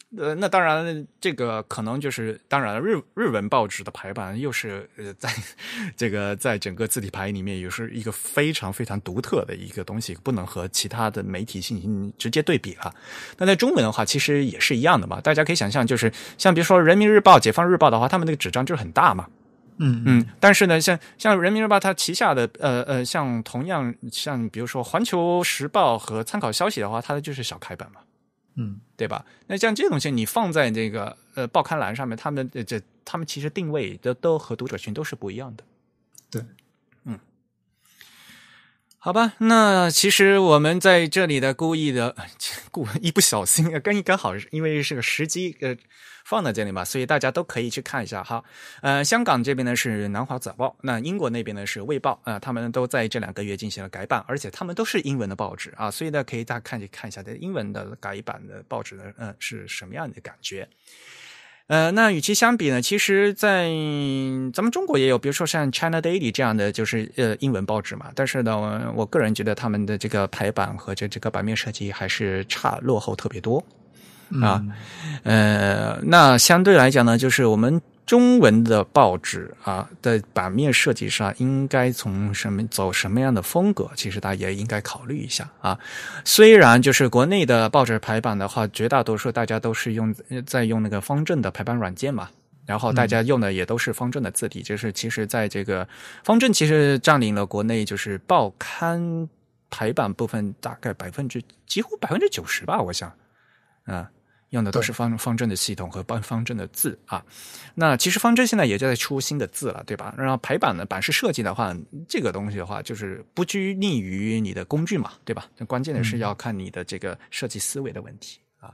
呃，那当然，这个可能就是当然日日文报纸的排版又是呃，在这个在整个字体排里面也是一个非常非常独特的一个东西，不能和其他的媒体进行直接对比了。那在中文的话，其实也是一样的嘛。大家可以想象，就是像比如说人民日报、解放日报的话，他们那个纸张就是很大嘛。 嗯嗯，但是呢，像像人民日报它旗下的呃呃，像同样像比如说环球时报和参考消息的话，它就是小开本嘛。 嗯， 对吧？那像这种东西，你放在这个呃报刊栏上面，他们这他们其实定位的都和读者群都是不一样的。 对， 嗯，好吧，那其实我们在这里的故意的故一不小心，刚刚好因为是个时机呃放在这里嘛，所以大家都可以去看一下哈。呃，香港这边呢是南华早报，那英国那边呢是卫报啊、呃，他们都在这两个月进行了改版，而且他们都是英文的报纸啊，所以呢可以大家看看一下这英文的改版的报纸呢，呃是什么样的感觉。呃，那与其相比呢，其实在咱们中国也有，比如说像 China Daily 这样的就是呃英文报纸嘛，但是呢，我我个人觉得他们的这个排版和这这个版面设计还是差落后特别多。啊，呃，那相对来讲呢，就是我们中文的报纸啊的版面设计上应该从什么走什么样的风格，其实大家也应该考虑一下啊。虽然就是国内的报纸排版的话，绝大多数大家都是用在用那个方正的排版软件嘛。然后大家用的也都是方正的字体，就是其实在这个方正其实占领了国内就是报刊排版部分大概百分之几乎百分之九十吧，我想，啊。用的都是方方正的系统和方正的字啊。那其实方正现在也在出新的字了，对吧？然后排版的版式设计的话，这个东西的话，就是不拘泥于你的工具嘛，对吧？关键的是要看你的这个设计思维的问题啊。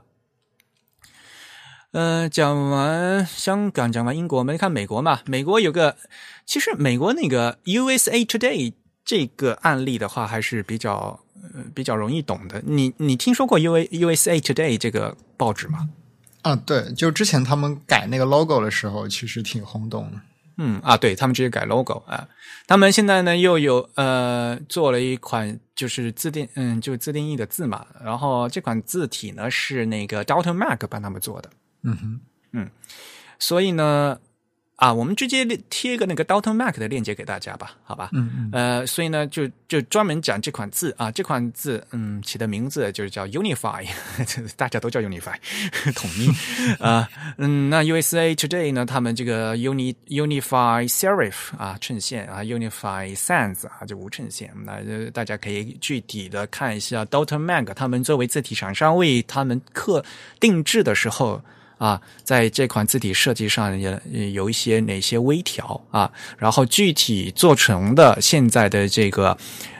呃，讲完香港，讲完英国，我们看美国嘛。美国有个，其实美国那个 U S A Today 这个案例的话，还是比较。呃，比较容易懂的。你你听说过 U A U S A Today 这个报纸吗？ 啊，对，就之前他们改那个 logo 的时候，其实挺轰动的。 嗯啊，对，他们直接改 logo 啊。他们现在呢又有呃做了一款就是自定嗯就自定义的字嘛，然后这款字体呢是那个 Dalton Mac 帮他们做的。 嗯哼， 嗯，所以呢。啊，我们直接贴一个那个 Dalton Mac 的链接给大家吧，好吧？ 嗯嗯。 呃，所以呢，就就专门讲这款字啊，这款字，嗯，起的名字就是叫 Unify， 大家都叫 Unify， 统一啊。嗯，那 U S A Today 呢，他们这个 Uni Unify Serif 啊，衬线啊 ，Unify Sans 啊，就无衬线。那大家可以具体的看一下 Dalton Mac 他们作为字体厂商为他们刻定制的时候。啊，在这款字体设计上也有一些哪些微调啊，然后具体做成的现在的这个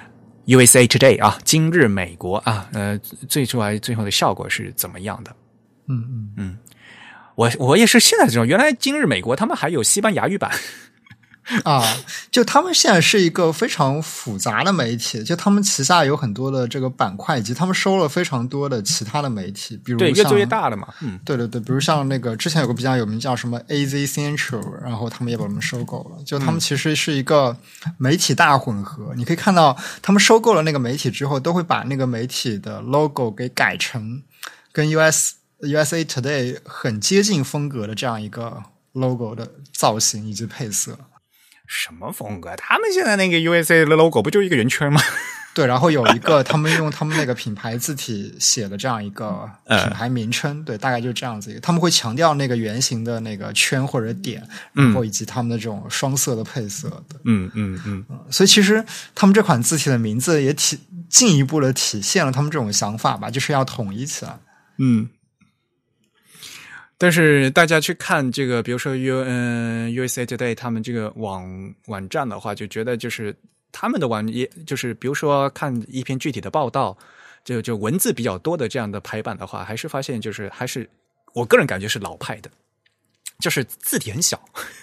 U S A Today 啊，今日美国啊，呃，最出来最后的效果是怎么样的？ 嗯嗯嗯，我我也是现在知道，原来今日美国他们还有西班牙语版。 啊，就他们现在是一个非常复杂的媒体，就他们旗下有很多的这个板块，以及他们收了非常多的其他的媒体，比如对越做越大了嘛。嗯， 对对对，比如像那个之前有个比较有名叫什么 A Z Central， 然后他们也把他们收购了。就他们其实是一个媒体大混合，嗯、你可以看到他们收购了那个媒体之后，都会把那个媒体的 logo 给改成跟 U S U S A Today 很接近风格的这样一个 logo 的造型以及配色。 什么风格？他们现在那个 U S A 的 logo 不就一个圆圈吗？ 对，然后有一个他们用他们那个品牌字体写的这样一个品牌名称，呃、对，大概就是这样子一个。他们会强调那个圆形的那个圈或者点，然后以及他们的这种双色的配色的。 嗯嗯嗯。 所以其实他们这款字体的名字也体进一步的体现了他们这种想法吧，就是要统一起来。 嗯。但是大家去看这个，比如说 U 嗯 U S A Today 他们这个网网站的话，就觉得就是他们的网页，就是比如说看一篇具体的报道，就就文字比较多的这样的排版的话，还是发现就是还是我个人感觉是老派的，就是字体很小，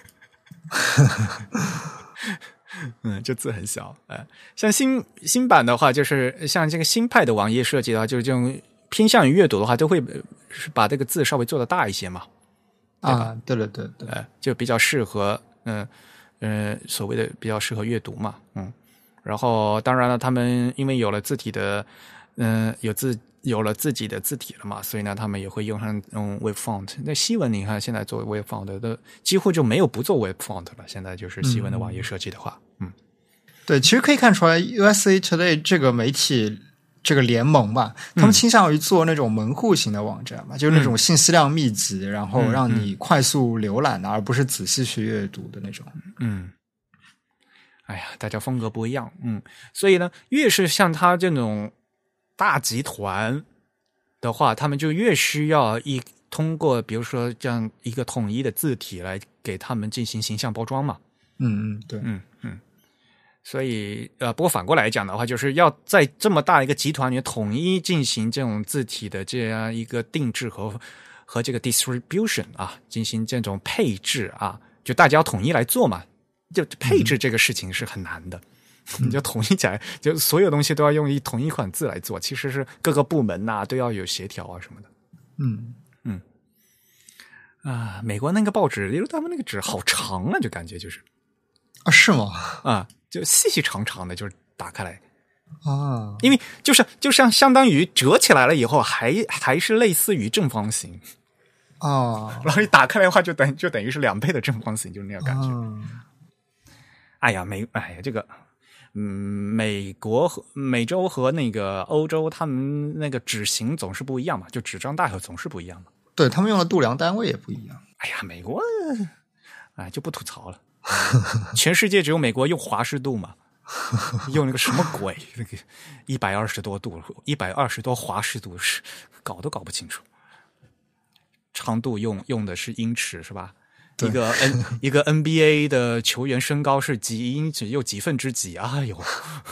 嗯，就字很小，呃，像新新版的话，就是像这个新派的网页设计的话，就是这种。偏向于阅读的话，都会把这个字稍微做得大一些嘛，对吧？ 啊，对对对对， 呃，就比较适合，嗯、呃，呃，所谓的比较适合阅读嘛，嗯。然后，当然了，他们因为有了字体的，嗯、呃，有字有了自己的字体了嘛，所以呢，他们也会用上用 Wave Font。那西文你看现在做 Wave Font 的几乎就没有不做 Wave Font 了。现在就是西文的网页设计的话，嗯，嗯对，其实可以看出来 U S A Today 这个媒体这个联盟吧，他们倾向于做那种门户型的网站嘛，嗯、就是那种信息量密集，然后让你快速浏览的，嗯、而不是仔细去阅读的那种。 嗯。哎呀，大家风格不一样，嗯，所以呢，越是像他这种大集团的话，他们就越需要一通过，比如说这样一个统一的字体来给他们进行形象包装嘛。 嗯嗯，对， 嗯嗯。所以呃，不过反过来讲的话，就是要在这么大一个集团里面统一进行这种字体的这样一个定制和和这个 distribution 啊，进行这种配置啊，就大家要统一来做嘛。就配置这个事情是很难的，嗯、你就统一起来，就所有东西都要用一同一款字来做，其实是各个部门呐、啊、都要有协调啊什么的。 嗯嗯啊，美国那个报纸，因为他们那个纸好长啊，就感觉就是啊，是吗？ 啊，就细细长长的，就是打开来啊， 因为就是就像相当于折起来了以后，还还是类似于正方形啊， 然后一打开来的话，就等就等于是两倍的正方形，就是那样感觉。 啊哎呀，美哎呀，这个，嗯，美国和美洲和那个欧洲，他们那个纸型总是不一样嘛，就纸张大小总是不一样嘛。 对，他们用的度量单位也不一样。 哎呀，美国，哎，就不吐槽了。全世界只有美国用华氏度嘛，用那个什么鬼，那个一百二十多度，一百二十多华氏度，是搞都搞不清楚。长度用用的是英尺是吧？一个 N 一个 N B A 的球员身高是几英尺又几分之几？哎呦，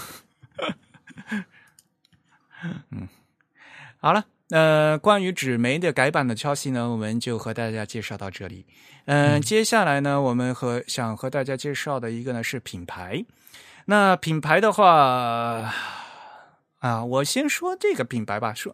嗯，好了，呃，关于纸媒的改版的消息呢，我们就和大家介绍到这里。呃、嗯，接下来呢，我们和想和大家介绍的一个呢是品牌。那品牌的话啊，我先说这个品牌吧，说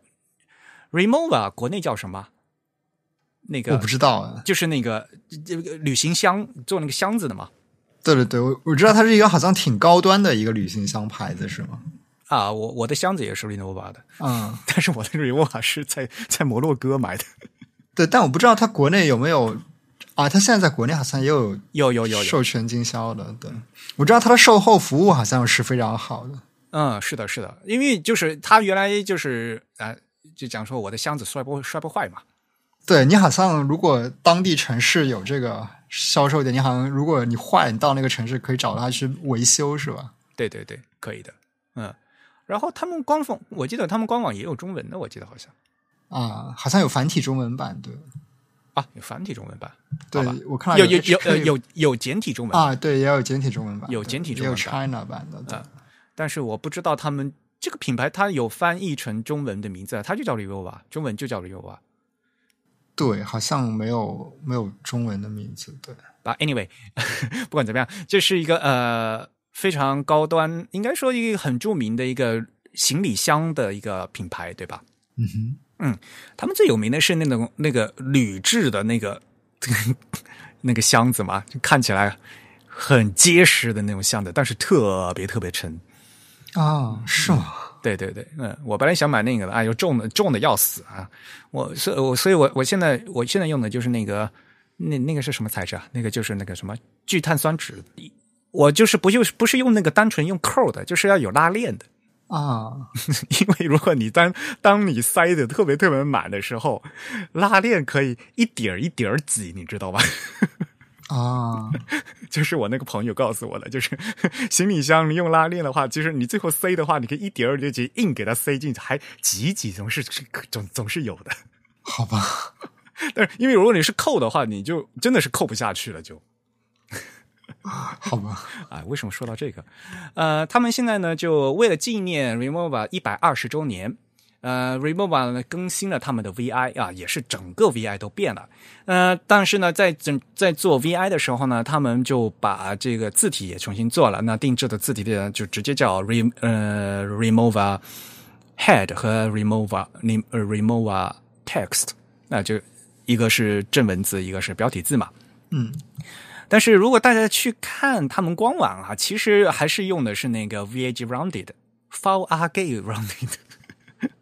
Rimowa 国内叫什么？那个我不知道啊， 就是那个这个旅行箱做那个箱子的嘛。 对对对，我我知道它是一个好像挺高端的一个旅行箱牌子，是吗？ 啊，我我的箱子也是 Rimowa 的， 嗯， 但是我的 Rimowa 是在在摩洛哥买的。 对，但我不知道它国内有没有啊？它现在在国内好像也有有有有授权经销的。对，我知道它的售后服务好像是非常好的。 嗯，是的，是的，因为就是它原来就是啊、呃，就讲说我的箱子摔不摔不坏嘛。 对，你好像如果当地城市有这个销售店，你好像如果你坏，你到那个城市可以找他去维修，是吧？ 对对对，可以的。嗯，然后他们官网，我记得他们官网也有中文的，我记得好像啊，好像有繁体中文版，对啊，有繁体中文版， 对，我看到有有有有有有简体中文啊，对，也有简体中文版， 有简体中文版， 也有 China 版的，对、 嗯。但是我不知道他们这个品牌，它有翻译成中文的名字，它就叫 Rimowa， 中文就叫 Rimowa。 对，好像没有没有中文的名字，对。 But anyway， 不管怎么样，这是一个呃非常高端，应该说一个很著名的一个行李箱的一个品牌，对吧？ 嗯哼， 嗯，他们最有名的是那种那个铝制的那个那个箱子嘛，就看起来很结实的那种箱子，但是特别特别沉啊，是吗？ 嗯对对对，嗯，我本来想买那个的，哎呦，重的重的要死啊！我所以我所以我我现在我现在用的就是那个那那个是什么材质啊？那个就是那个什么聚碳酸酯。我就是不就是不是用那个单纯用扣的，就是要有拉链的啊。 因为如果你当当你塞的特别特别满的时候，拉链可以一点一点挤，你知道吧？ 啊， 就是我那个朋友告诉我的，就是行李箱你用拉链的话，其实你最后塞的话，你可以一点儿点挤，硬给它塞进去，还挤挤总是总总是有的。 好吧， 但是因为如果你是扣的话，你就真的是扣不下去了，就。 好吧， 啊，为什么说到这个？呃，他们现在呢，就为了纪念 Rimowa 一百二十周年。呃 ，Rimowa 呢更新了他们的 V I 啊，也是整个 V I 都变了。呃，但是呢，在整在做 V I 的时候呢，他们就把这个字体也重新做了。那定制的字体呢，就直接叫 Re 呃 Rimowa Head 和 Rimowa Rimowa Text， 那就一个是正文字，一个是标题字嘛。 嗯。 但是如果大家去看他们官网啊，其实还是用的是那个 V A G Rounded， V A G Rounded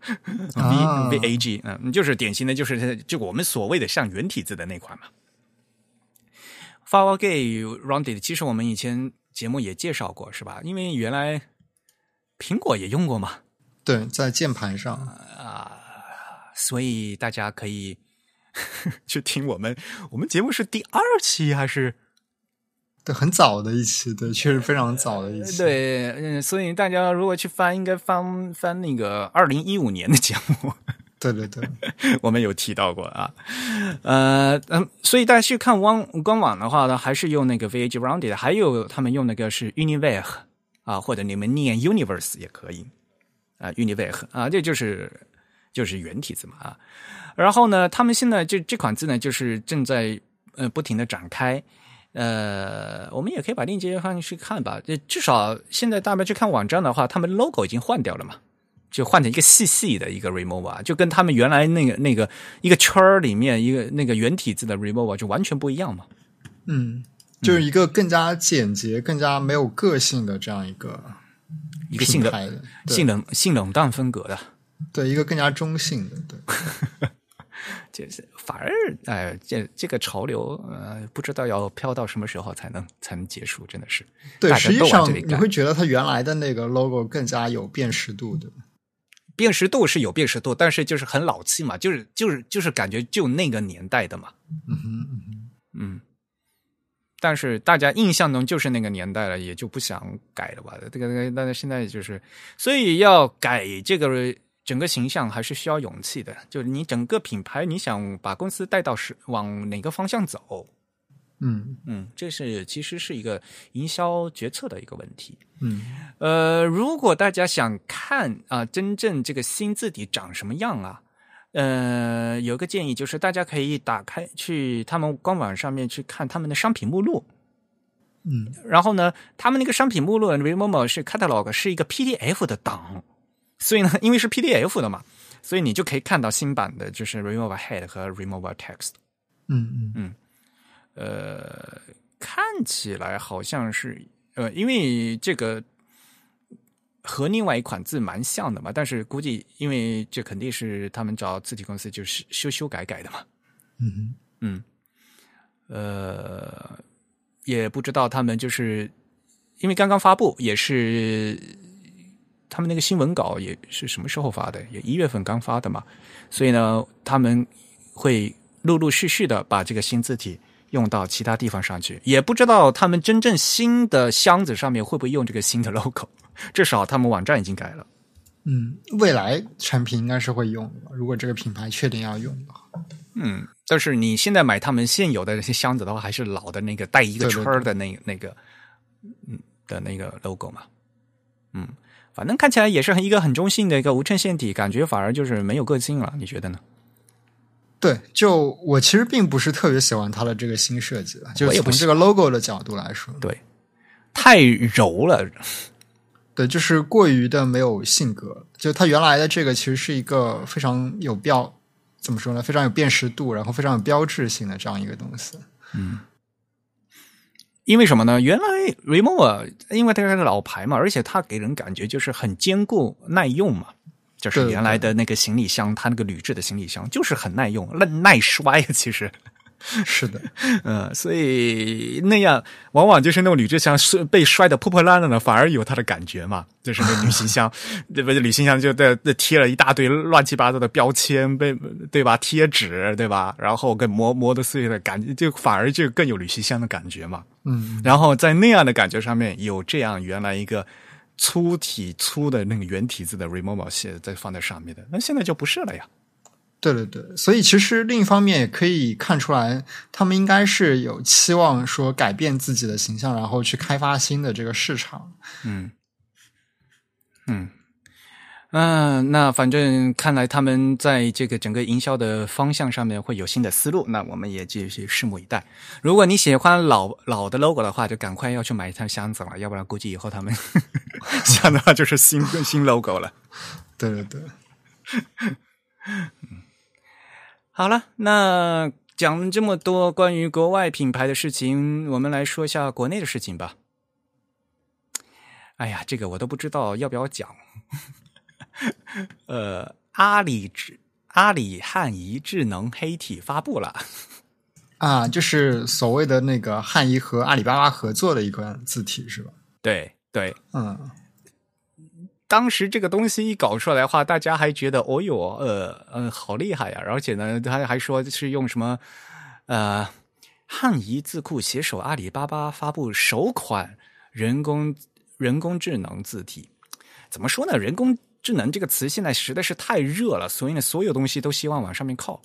V V A G， 嗯，就是典型的就是就我们所谓的像原体字的那款嘛。FireWall Rounded 其实我们以前节目也介绍过是吧？因为原来苹果也用过嘛。 对，在键盘上啊，所以大家可以去听我们我们节目是第二期还是？ 对，很早的一期，对，确实非常早的一期。 对，嗯，所以大家如果去翻，应该翻翻那个二零一五年的节目。 对对对， 我们有提到过啊，呃嗯，所以大家去看官官网的话呢，还是用那个 V A G Rounded， 还有他们用那个是 Universe 啊，或者你们念 Universe 也可以啊 ，Universe 啊，这就是就是原体字嘛啊。然后呢，他们现在这这款字呢，就是正在呃不停的展开。呃，我们也可以把链接放进去看吧。至少现在大家去看网站的话，他们 logo 已经换掉了嘛，就换成一个细细的一个 Remova， 就跟他们原来那个那个一个圈里面一个那个原体字的 Remova 就完全不一样嘛。 嗯，就是一个更加简洁、嗯、更加没有个性的这样一个一个性冷性冷性冷淡风格的， 对，一个更加中性的，对。 就是反而哎、呃，这这个潮流呃，不知道要飘到什么时候才能才能结束，真的是。 对，实际上你会觉得它原来的那个 logo 更加有辨识度的。 辨识度是有辨识度，但是就是很老气嘛，就是就是就是感觉就那个年代的嘛。 嗯哼嗯哼嗯。但是大家印象中就是那个年代了，也就不想改了吧？这个但是现在就是，所以要改这个。整个形象还是需要勇气的，就是你整个品牌，你想把公司带到是往哪个方向走？ 嗯嗯，这是其实是一个营销决策的一个问题。 嗯， 呃，如果大家想看啊、呃，真正这个新字体长什么样啊？呃，有个建议就是大家可以打开去他们官网上面去看他们的商品目录。 嗯， 然后呢，他们那个商品目录 Remomo 是 catalog 是一个 P D F 的档。所以呢，因为是 P D F 的嘛，所以你就可以看到新版的，就是 Remova Head 和 Remova Text。 嗯嗯嗯，呃，看起来好像是呃，因为这个和另外一款字蛮像的嘛，但是估计因为这肯定是他们找字体公司就是修修改改的嘛。 嗯嗯，呃，也不知道他们就是因为刚刚发布，也是。他们那个新闻稿也是什么时候发的？也一月份刚发的嘛，所以呢，他们会陆陆续续的把这个新字体用到其他地方上去。也不知道他们真正新的箱子上面会不会用这个新的 logo， 至少他们网站已经改了。 嗯，未来产品应该是会用的，如果这个品牌确定要用的话。 嗯，但是你现在买他们现有的那些箱子的话，还是老的那个带一个圈的那个那个嗯的那个 logo 嘛。嗯。反正看起来也是一个很中性的一个无衬线体，感觉反而就是没有个性了，你觉得呢？ 对，就我其实并不是特别喜欢它的这个新设计，就是从这个 logo 的角度来说， 对，太柔了， 对，就是过于的没有性格。就它原来的这个其实是一个非常有标，怎么说呢？非常有辨识度，然后非常有标志性的这样一个东西。 嗯。因为什么呢？原来 Remova 因为它是老牌嘛，而且它给人感觉就是很坚固耐用嘛，就是原来的那个行李箱，它那个铝制的行李箱就是很耐用，耐耐摔其实是的， 呃，所以那样往往就是那种铝制箱是被摔得破破烂烂的，反而有它的感觉嘛。就是那旅行箱，对吧？旅行箱就在贴了一大堆乱七八糟的标签，被对吧？贴纸对吧？然后跟磨磨的碎的感觉，就反而就更有旅行箱的感觉嘛。 嗯， 然后在那样的感觉上面有这样原来一个粗体粗的那个原体字的 Remova 写在放在上面的，那现在就不是了呀。 对对对，所以其实另一方面也可以看出来，他们应该是有期望说改变自己的形象，然后去开发新的这个市场。 嗯嗯嗯、呃，那反正看来他们在这个整个营销的方向上面会有新的思路，那我们也继续拭目以待。如果你喜欢老老的 logo 的话，就赶快要去买一套箱子了，要不然估计以后他们想的话就是新新 logo 了。 对对对。 好了，那讲这么多关于国外品牌的事情，我们来说一下国内的事情吧。哎呀，这个我都不知道要不要讲。呃阿里智阿里汉仪智能黑体发布了啊，就是所谓的那个汉仪和阿里巴巴合作的一款字体是吧？ 对对， 嗯。 当时这个东西一搞出来的话，大家还觉得哦哟，呃呃，好厉害呀！而且呢，他还说是用什么呃汉仪字库携手阿里巴巴发布首款人工人工智能字体。怎么说呢？人工智能这个词现在实在是太热了，所以呢，所有东西都希望往上面靠。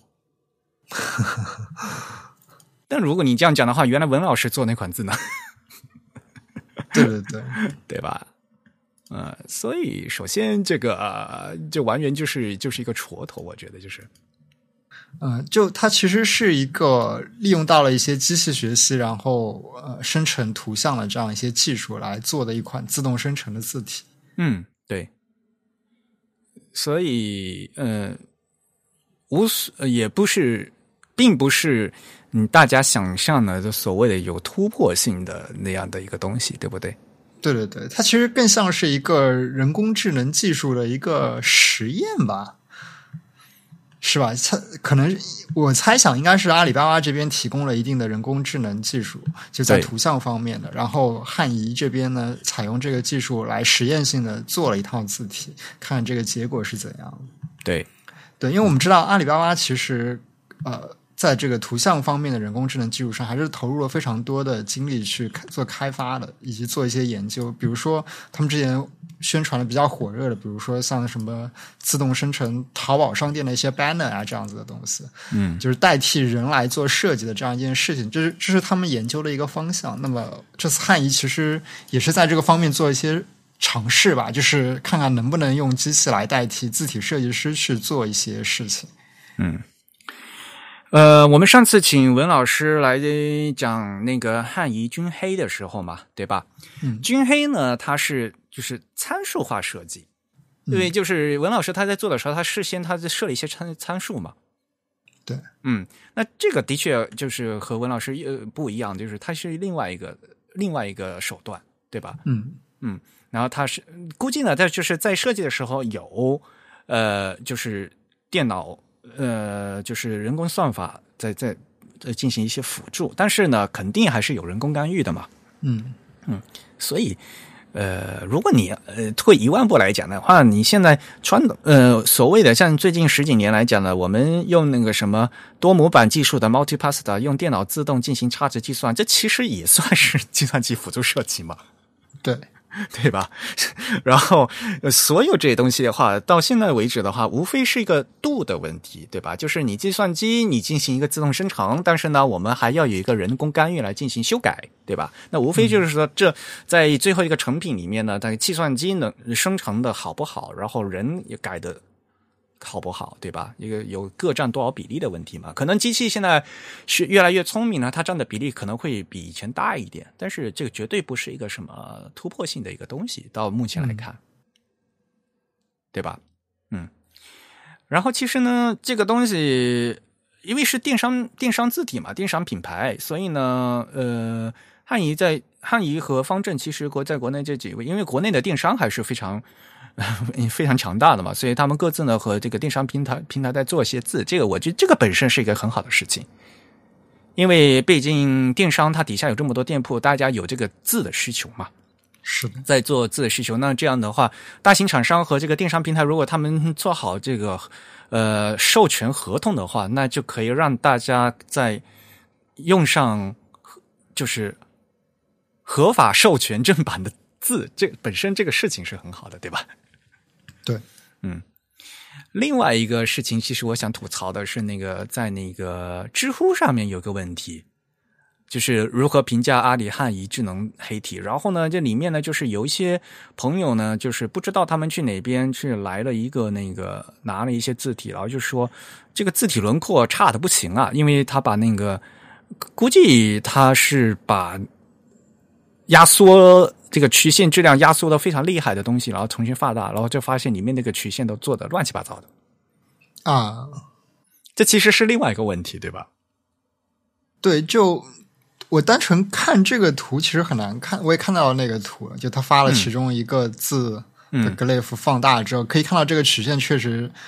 但如果你这样讲的话，原来文老师做那款字呢？ 对对对， 对吧？呃，所以首先这个、呃、就完全就是就是一个戳头，我觉得就是， 呃，就它其实是一个利用到了一些机器学习，然后呃生成图像的这样一些技术来做的一款自动生成的字体。 嗯，对。所以呃，无所也不是，并不是嗯大家想象的所谓的有突破性的那样的一个东西，对不对？ 对对对，它其实更像是一个人工智能技术的一个实验吧，是吧？它可能我猜想应该是阿里巴巴这边提供了一定的人工智能技术，就在图像方面的，然后汉仪这边呢采用这个技术来实验性的做了一套字体，看这个结果是怎样的。 对对，因为我们知道阿里巴巴其实呃。在这个图像方面的人工智能技术上，还是投入了非常多的精力去做开发的，以及做一些研究。比如说，他们之前宣传的比较火热的，比如说像什么自动生成淘宝商店的一些 banner 啊这样子的东西， 嗯， 就是代替人来做设计的这样一件事情，这是这是他们研究的一个方向。那么这次汉仪其实也是在这个方面做一些尝试吧，就是看看能不能用机器来代替字体设计师去做一些事情。 嗯。呃，我们上次请文老师来讲那个汉仪均黑的时候嘛，对吧？ 嗯， 均黑呢，它是就是参数化设计，因为就是文老师他在做的时候，他事先他在设了一些参参数嘛。 对， 嗯，那这个的确就是和文老师呃不一样，就是它是另外一个另外一个手段，对吧？ 嗯嗯，然后他是估计呢，在就是在设计的时候有呃，就是电脑。呃，就是人工算法在在在进行一些辅助，但是呢，肯定还是有人工干预的嘛。 嗯嗯，所以呃，如果你呃退一万步来讲的话，你现在传统呃所谓的像最近十几年来讲呢，我们用那个什么多模板技术的 multipass 用电脑自动进行差值计算，这其实也算是计算机辅助设计嘛。 对。 对吧？然后所有这些东西的话，到现在为止的话，无非是一个度的问题，对吧？就是你计算机你进行一个自动生成，但是呢，我们还要有一个人工干预来进行修改，对吧？那无非就是说，这在最后一个成品里面呢，在计算机能生成的好不好，然后人也改的好不好，对吧？一个有各占多少比例的问题嘛。可能机器现在是越来越聪明了，它占的比例可能会比以前大一点，但是这个绝对不是一个什么突破性的一个东西，到目前来看，嗯、对吧？嗯。然后其实呢，这个东西因为是电商电商字体嘛，电商品牌，所以呢，呃，汉仪在汉仪和方正其实国在国内这几位，因为国内的电商还是非常。非常强大的嘛，所以他们各自呢和这个电商平台平台在做一些字，这个我觉得这个本身是一个很好的事情，因为毕竟电商它底下有这么多店铺，大家有这个字的需求嘛， 是的， 在做字的需求，那这样的话，大型厂商和这个电商平台如果他们做好这个呃授权合同的话，那就可以让大家在用上就是合法授权正版的字，这本身这个事情是很好的，对吧？ 对， 嗯。另外一个事情，其实我想吐槽的是，那个在那个知乎上面有个问题，就是如何评价阿里汉仪智能黑体。然后呢，这里面呢，就是有一些朋友呢，就是不知道他们去哪边去来了一个那个拿了一些字体，然后就说这个字体轮廓差的不行啊，因为他把那个估计他是把压缩这个曲线质量压缩的非常厉害的东西，然后重新放大，然后就发现里面那个曲线都做的乱七八糟的啊， 这其实是另外一个问题，对吧？ 对，就我单纯看这个图其实很难看，我也看到了那个图，就他发了其中一个字的 glyph 放大之后，嗯、可以看到这个曲线确实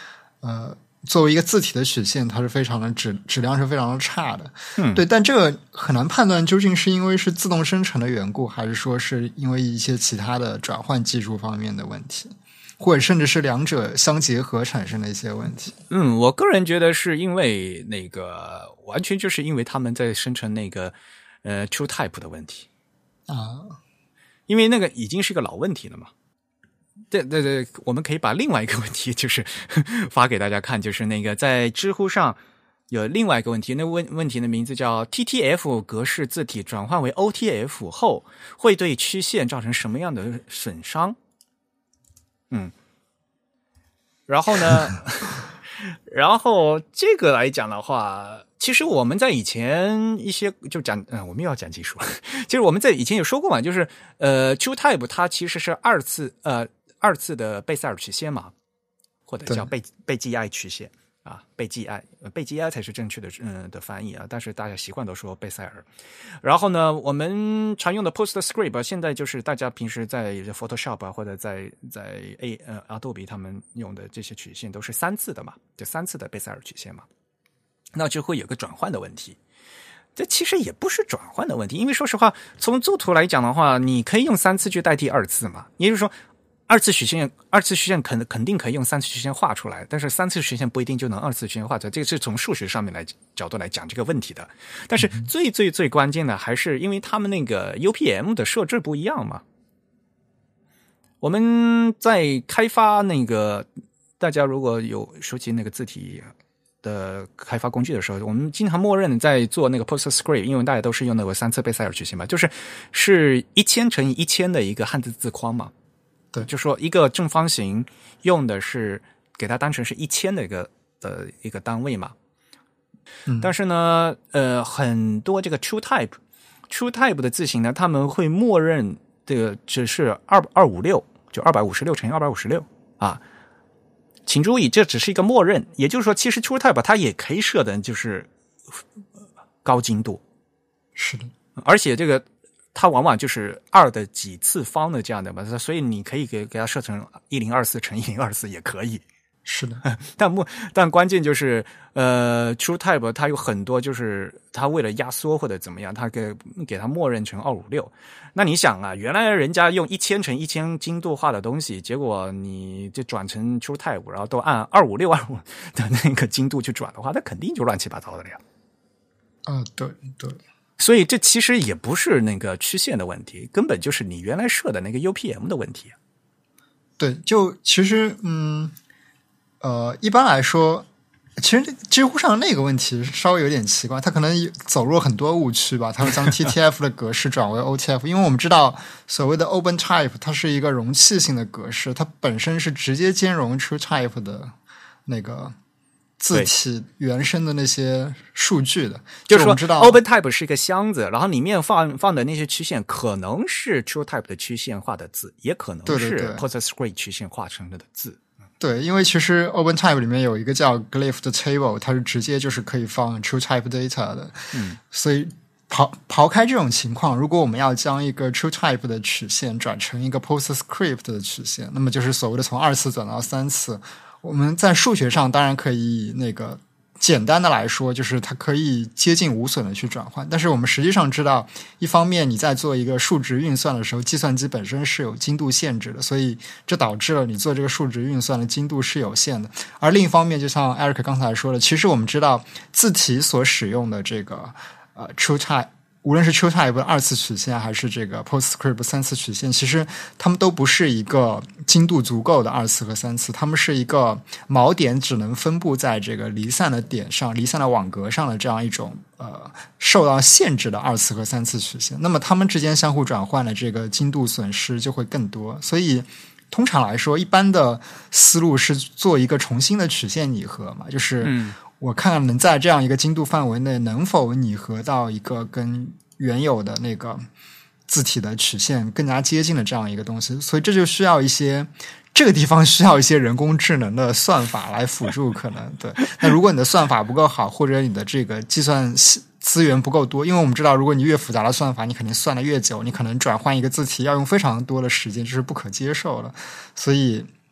呃。作为一个字体的曲线，它是非常的质质量是非常的差的， 嗯， 对，但这个很难判断究竟是因为是自动生成的缘故，还是说是因为一些其他的转换技术方面的问题，或者甚至是两者相结合产生的一些问题。 嗯，我个人觉得是因为那个完全就是因为他们在生成那个呃 TrueType 的问题啊， 因为那个已经是个老问题了嘛。对对对，我们可以把另外一个问题就是发给大家看，就是那个在知乎上有另外一个问题，那问问题的名字叫 T T F 格式字体转换为 O T F 后会对曲线造成什么样的损伤？嗯，然后呢，然后这个来讲的话，其实我们在以前一些就讲，嗯、呃，我们又要讲技术，其实我们在以前有说过嘛，就是呃 ，TrueType 它其实是二次呃。二次的贝塞尔曲线嘛，或者叫贝贝基埃曲线啊，贝基埃，贝基埃才是正确的嗯的翻译啊，但是大家习惯都说贝塞尔。然后呢，我们常用的 PostScript 现在就是大家平时在 Photoshop 啊，或者在在 A 呃 Adobe 他们用的这些曲线都是三次的嘛，就三次的贝塞尔曲线嘛，那就会有个转换的问题。这其实也不是转换的问题，因为说实话，从作图来讲的话，你可以用三次去代替二次嘛，也就是说。二次曲线，二次曲线肯肯定可以用三次曲线画出来，但是三次曲线不一定就能二次曲线画出来，这个是从数学上面来角度来讲这个问题的。但是最最最关键的还是因为他们那个 U P M 的设置不一样嘛。我们在开发那个，大家如果有熟悉那个字体的开发工具的时候，我们经常默认在做那个 PostScript， 因为大家都是用那个三次贝塞尔曲线嘛，就是是一千乘以一千的一个汉字字框嘛。 对， 就说一个正方形用的是给它当成是一千的一个的一个单位嘛。 嗯， 但是呢，呃，很多这个 TrueType，TrueType 的字型呢，他们会默认这个只是二二五六，就二百五十六乘以二百五十六啊。请注意，这只是一个默认，也就是说，其实 TrueType 它也可以设的就是高精度。 是的， 而且这个。它往往就是二的几次方的这样的嘛，所以你可以给给它设成一零二四乘一零二四也可以。 是的， 但不但关键就是呃 TrueType 它有很多就是它为了压缩或者怎么样，它给给它默认成二五六。那你想啊，原来人家用一千乘一千精度画的东西，结果你就转成 TrueType， 然后都按二五六二五的那个精度去转的话，那肯定就乱七八糟的了呀。 啊，对对。 所以这其实也不是那个曲线的问题，根本就是你原来设的那个 U P M 的问题。 对，就其实嗯呃，一般来说，其实知乎上那个问题稍微有点奇怪，它可能走入很多误区吧。它会将 T T F 的格式转为 O T F， 因为我们知道所谓的 OpenType 它是一个容器性的格式，它本身是直接兼容 TrueType 的那个。字体原生的那些数据的， 就是说知道 OpenType 是一个箱子，然后里面放放的那些曲线可能是 TrueType 的曲线画的字，也可能是 PostScript 曲线画成的字。 对，因为其实 OpenType 里面有一个叫 Glyph 的 table， 它是直接就是可以放 TrueType data 的。 嗯， 所以刨刨开这种情况，如果我们要将一个 TrueType 的曲线转成一个 PostScript 的曲线，那么就是所谓的从二次转到三次。我们在数学上当然可以那个简单的来说，就是它可以接近无损的去转换，但是我们实际上知道，一方面你在做一个数值运算的时候，计算机本身是有精度限制的，所以这导致了你做这个数值运算的精度是有限的。而另一方面，就像 Eric 刚才说的，其实我们知道字体所使用的这个呃 TrueType，无论是 TrueType 的二次曲线还是这个 PostScript 三次曲线，其实它们都不是一个精度足够的二次和三次，它们是一个锚点只能分布在这个离散的点上、离散的网格上的这样一种呃受到限制的二次和三次曲线。那么它们之间相互转换的这个精度损失就会更多，所以通常来说，一般的思路是做一个重新的曲线拟合嘛，就是嗯。 我看看能在这样一个精度范围内能否拟合到一个跟原有的那个字体的曲线更加接近的这样一个东西，所以这就需要一些这个地方需要一些人工智能的算法来辅助，可能对。那如果你的算法不够好，或者你的这个计算资源不够多，因为我们知道，如果你越复杂的算法，你肯定算的越久，你可能转换一个字体要用非常多的时间，这是不可接受的。所以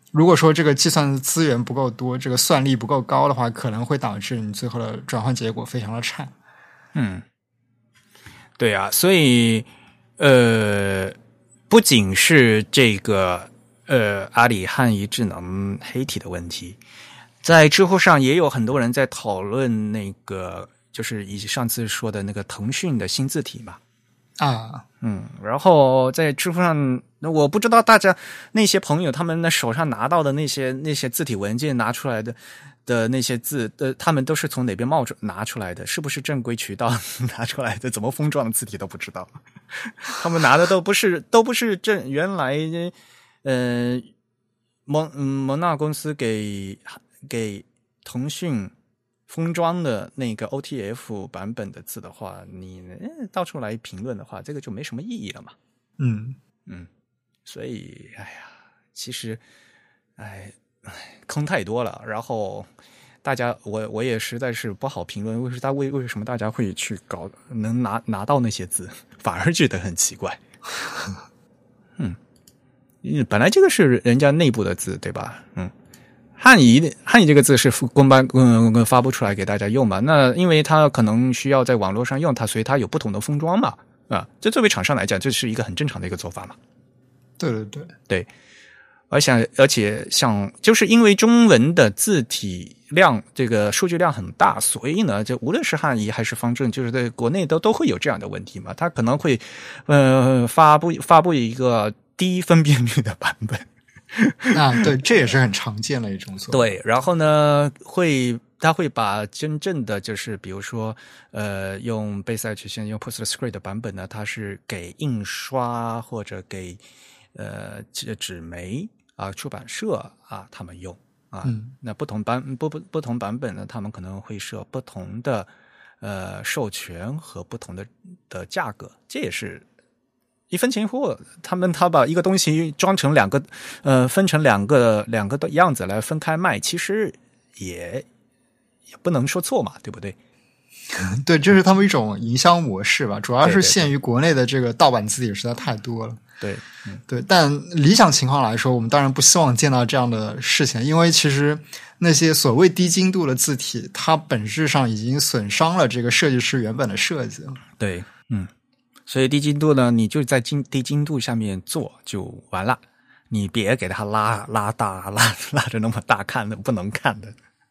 如果说这个计算资源不够多，这个算力不够高的话，可能会导致你最后的转换结果非常的差。 嗯，对啊，所以呃，不仅是这个呃阿里汉仪智能黑体的问题，在知乎上也有很多人在讨论那个，就是以上次说的那个腾讯的新字体嘛。 啊， 嗯，然后在知乎上，我不知道大家那些朋友他们的手上拿到的那些那些字体文件拿出来的的那些字，呃，他们都是从哪边冒出拿出来的？是不是正规渠道拿出来的？怎么封装的字体都不知道，他们拿的都不是都不是正原来呃蒙蒙纳公司给给腾讯封装的那个 O T F 版本的字的话，你到处来评论的话，这个就没什么意义了嘛。 嗯嗯，所以哎呀，其实哎坑太多了。然后大家，我我也实在是不好评论，为什么为为什么大家会去搞能拿拿到那些字，反而觉得很奇怪。嗯，本来这个是人家内部的字，对吧？嗯。汉仪汉仪这个字是公办嗯发布出来给大家用嘛？那因为它可能需要在网络上用它，所以它有不同的封装嘛。啊，这作为厂商来讲，这是一个很正常的一个做法嘛。 对对对对，而且而且像就是因为中文的字体量这个数据量很大，所以呢，就无论是汉仪还是方正，就是在国内都都会有这样的问题嘛。它可能会呃发布发布一个低分辨率的版本。 啊，对，这也是很常见的一种做法。 对，然后呢，会他会把真正的就是比如说，呃，用贝塞曲线用 PostScript 的版本呢，它是给印刷或者给呃纸媒啊出版社啊他们用啊。 嗯， 那不同版不不不同版本呢，他们可能会设不同的呃授权和不同的的价格，这也是。一分钱一货，他们他把一个东西装成两个，呃，分成两个两个的样子来分开卖，其实也也不能说错嘛，对不对？ 对，这是他们一种营销模式吧，主要是限于国内的这个盗版字体实在太多了。 对，嗯、 对，但理想情况来说，我们当然不希望见到这样的事情，因为其实那些所谓低精度的字体，它本质上已经损伤了这个设计师原本的设计了。 对，嗯。所以低精度呢，你就在精低精度下面做就完了，你别给它拉拉大拉拉着那么大看的不能看的。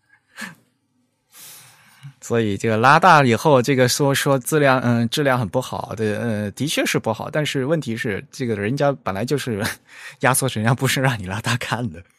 所以这个拉大以后，这个说说质量嗯质量很不好的呃的确是不好，但是问题是这个人家本来就是压缩成，人家不是让你拉大看的。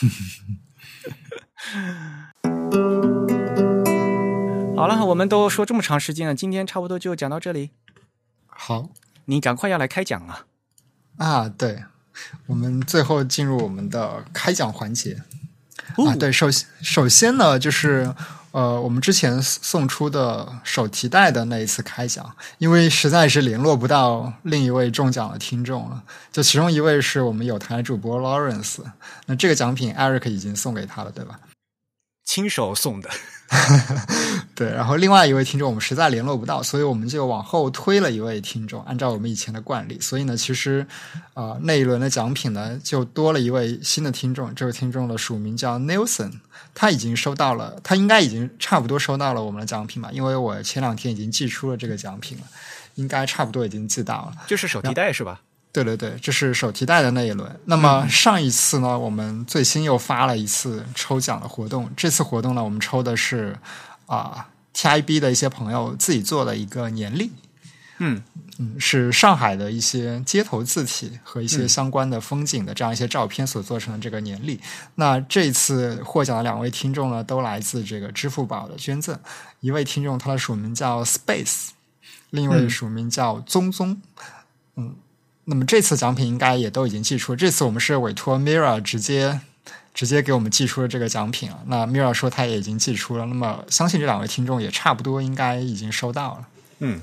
好了，我们都说这么长时间了，今天差不多就讲到这里。 好， 你赶快要来开讲啊！ 啊，对，我们最后进入我们的开讲环节。 哦、 啊，对，首先首先呢，就是呃，我们之前送出的手提袋的那一次开讲，因为实在是联络不到另一位中奖的听众了，就其中一位是我们有台主播 Lawrence， 那这个奖品 Eric 已经送给他了，对吧？ 亲手送的。 对，然后另外一位听众我们实在联络不到，所以我们就往后推了一位听众，按照我们以前的惯例，所以呢，其实啊、呃、那一轮的奖品呢就多了一位新的听众，这位听众的署名叫 Nelson， 他已经收到了，他应该已经差不多收到了我们的奖品吧，因为我前两天已经寄出了这个奖品了，应该差不多已经寄到了， 就是手提袋是吧？ 对对对，这是手提袋的那一轮。那么上一次呢，我们最新又发了一次抽奖的活动。这次活动呢，我们抽的是啊、呃、T I B 的一些朋友自己做的一个年历。 嗯嗯，是上海的一些街头字体和一些相关的风景的这样一些照片所做成的这个年历。那这次获奖的两位听众呢，都来自这个支付宝的捐赠。一位听众他的署名叫 Space， 另一位署名叫宗宗。嗯。那么这次奖品应该也都已经寄出了，这次我们是委托 Mira 直接直接给我们寄出了这个奖品了。那 Mira 说他也已经寄出了，那么相信这两位听众也差不多应该已经收到了。 嗯，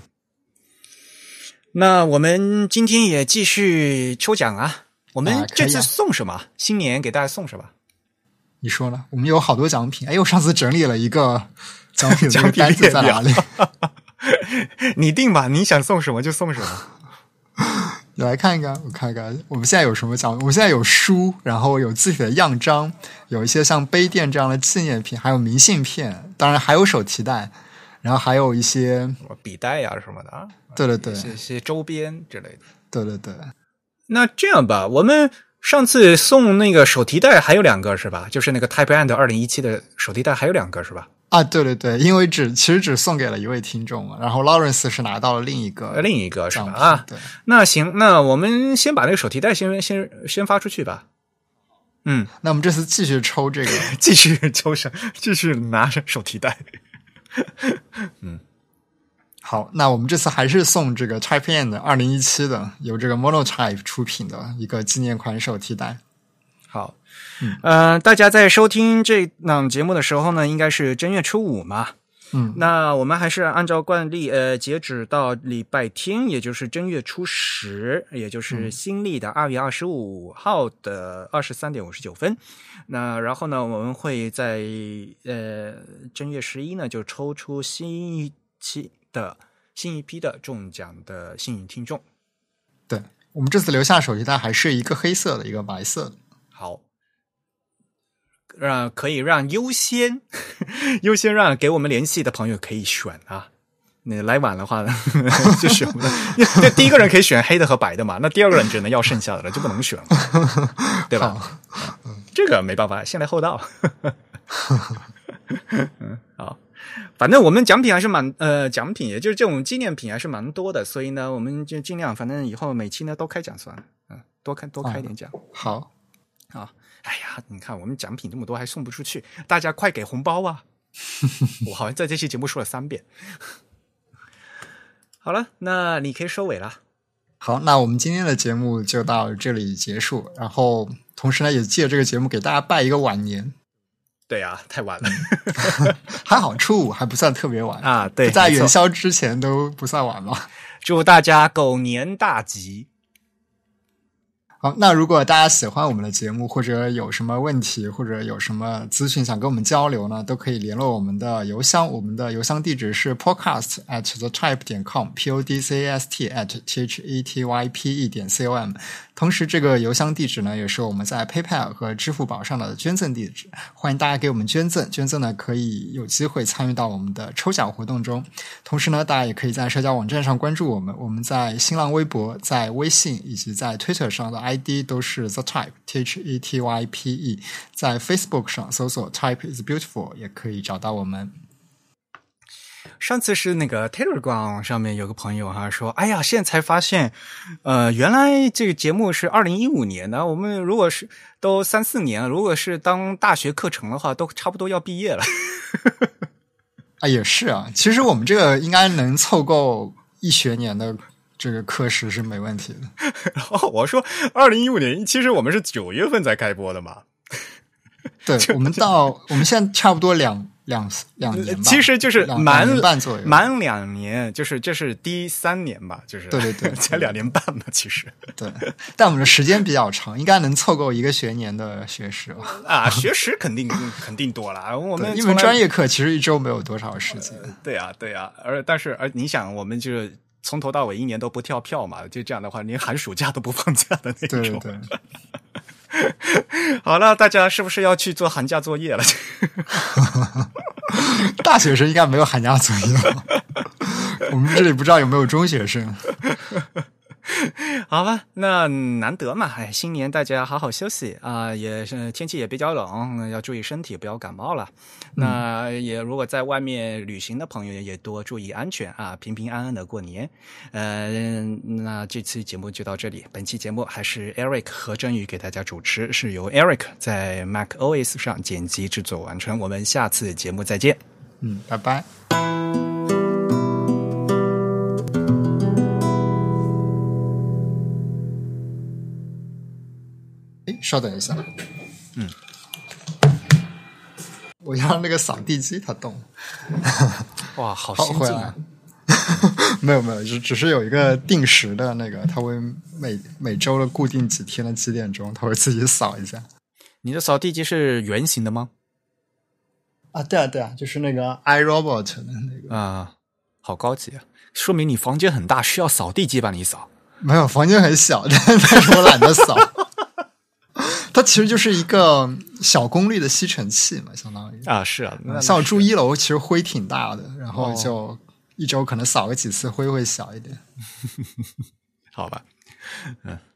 那我们今天也继续抽奖啊！我们这次送什么？啊啊、新年给大家送什么？ 你说呢？我们有好多奖品。哎，我上次整理了一个奖品的单子在哪里？ 你定吧，你想送什么就送什么。 你来看一看，我看看，我们现在有什么奖？我们现在有书，然后有字体的样章，有一些像杯垫这样的纪念品，还有明信片，当然还有手提袋，然后还有一些笔袋呀、啊、什么的。 对对对， 一些周边之类的。 对对对。 那这样吧，我们上次送那个手提袋还有两个是吧？就是那个 Type N 的二零一七的手提袋还有两个是吧？ 啊，对对对，因为只其实只送给了一位听众嘛，然后 Lawrence 是拿到了另一个， 另一个是吧？啊， 对， 那行，那我们先把那个手提袋先先先发出去吧。嗯， 那我们这次继续抽这个， 继续抽上，继续拿着手提袋。嗯， 好，那我们这次还是送这个 Type N 的二零一七的，由这个 Monotype 出品的一个纪念款手提袋。 好。嗯，呃，大家在收听这档节目的时候呢，应该是正月初五嘛。 嗯， 那我们还是按照惯例，呃，截止到礼拜天，也就是正月初十，也就是新历的二月二十五号的二十三点五十九分。那然后呢，我们会在呃正月十一呢，就抽出新一期的新一批的中奖的幸运听众。 对，我们这次留下手提袋还是一个黑色的，一个白色的。 好。让可以让优先优先让给我们联系的朋友可以选啊，你来晚的话呢就选不到，那第一个人可以選黑的和白的嘛，那第二個人只能要剩下的了，就不能選了，對吧？這個沒辦法，先來後到。嗯，好，反正我們獎品還是蠻呃獎品，也就是這種紀念品還是蠻多的，所以呢，我們就盡量，反正以後每期呢都開獎算了，嗯，多開多開一點獎。 哦、好， 好。哎呀，你看我们奖品这么多还送不出去，大家快给红包啊！我好像在这期节目说了三遍。好了，那你可以收尾了。 好，那我们今天的节目就到这里结束，然后同时呢也借这个节目给大家拜一个晚年。 对啊，太晚了。 还好初五还不算特别晚啊，对， 在元宵之前都不算晚嘛。 祝大家狗年大吉。 好，那如果大家喜欢我们的节目，或者有什么问题，或者有什么资讯想跟我们交流呢，都可以联络我们的邮箱，我们的邮箱地址是 podcast at the type 点 com p o d c a s t at t h e t y p e 点 com。同时这个邮箱地址呢也是我们在 PayPal 和支付宝上的捐赠地址，欢迎大家给我们捐赠，捐赠呢可以有机会参与到我们的抽奖活动中。同时呢大家也可以在社交网站上关注我们，我们在新浪微博、在微信以及在 Twitter 上的 I D 都是 The Type T H E T Y P E， 在 Facebook 上搜索 Type is Beautiful 也可以找到我们。 上次是那个 Telegram 上面有个朋友哈说，哎呀，现在才发现，呃，原来这个节目是二零一五年的，我们如果是都三四年，如果是当大学课程的话，都差不多要毕业了。 啊，也是啊，其实我们这个应该能凑够一学年的这个课时是没问题的。 然后我说，二零一五年其实我们是九月份才开播的嘛。 对，我们到我们现在差不多两两两年吧， 其实就是满两年半左右， 满两年，就是这是第三年吧，就是对对对， 才两年半嘛，其实对，但我们的时间比较长，应该能凑够一个学年的学时吧？ 啊，学时肯定肯定多了，我们因为专业课其实一周没有多少时间， 呃、对啊对啊，而但是而你想，我们就是从头到尾一年都不跳票嘛，就这样的话，连寒暑假都不放假的那种， 对对对。 好了，大家是不是要去做寒假作业了？ 大学生应该没有寒假作业吧？我们这里不知道有没有中学生。 好吧，那难得嘛，哎，新年大家好好休息啊、呃，也是天气也比较冷，要注意身体，不要感冒了。嗯、那也如果在外面旅行的朋友也多注意安全啊，平平安安的过年。呃，那这期节目就到这里，本期节目还是 Eric 和振宇给大家主持，是由 Eric 在 macOS 上剪辑制作完成。我们下次节目再见。 嗯，拜拜。稍等一下， 嗯， 我要让那个扫地机它动。 哇，好先进啊！ 没有没有，只只是有一个定时的那个，它会每每周的固定几天的几点钟，它会自己扫一下。 你的扫地机是圆形的吗？ 啊，对啊对啊，就是那个 iRobot 的那个啊，好高级啊！说明你房间很大，需要扫地机帮你扫。 没有，房间很小，但但是我懒得扫。它其实就是一个小功率的吸尘器嘛，相当于啊，是啊， 像我住一楼，其实灰挺大的，然后就一周可能扫个几次，灰会小一点。 好吧，嗯。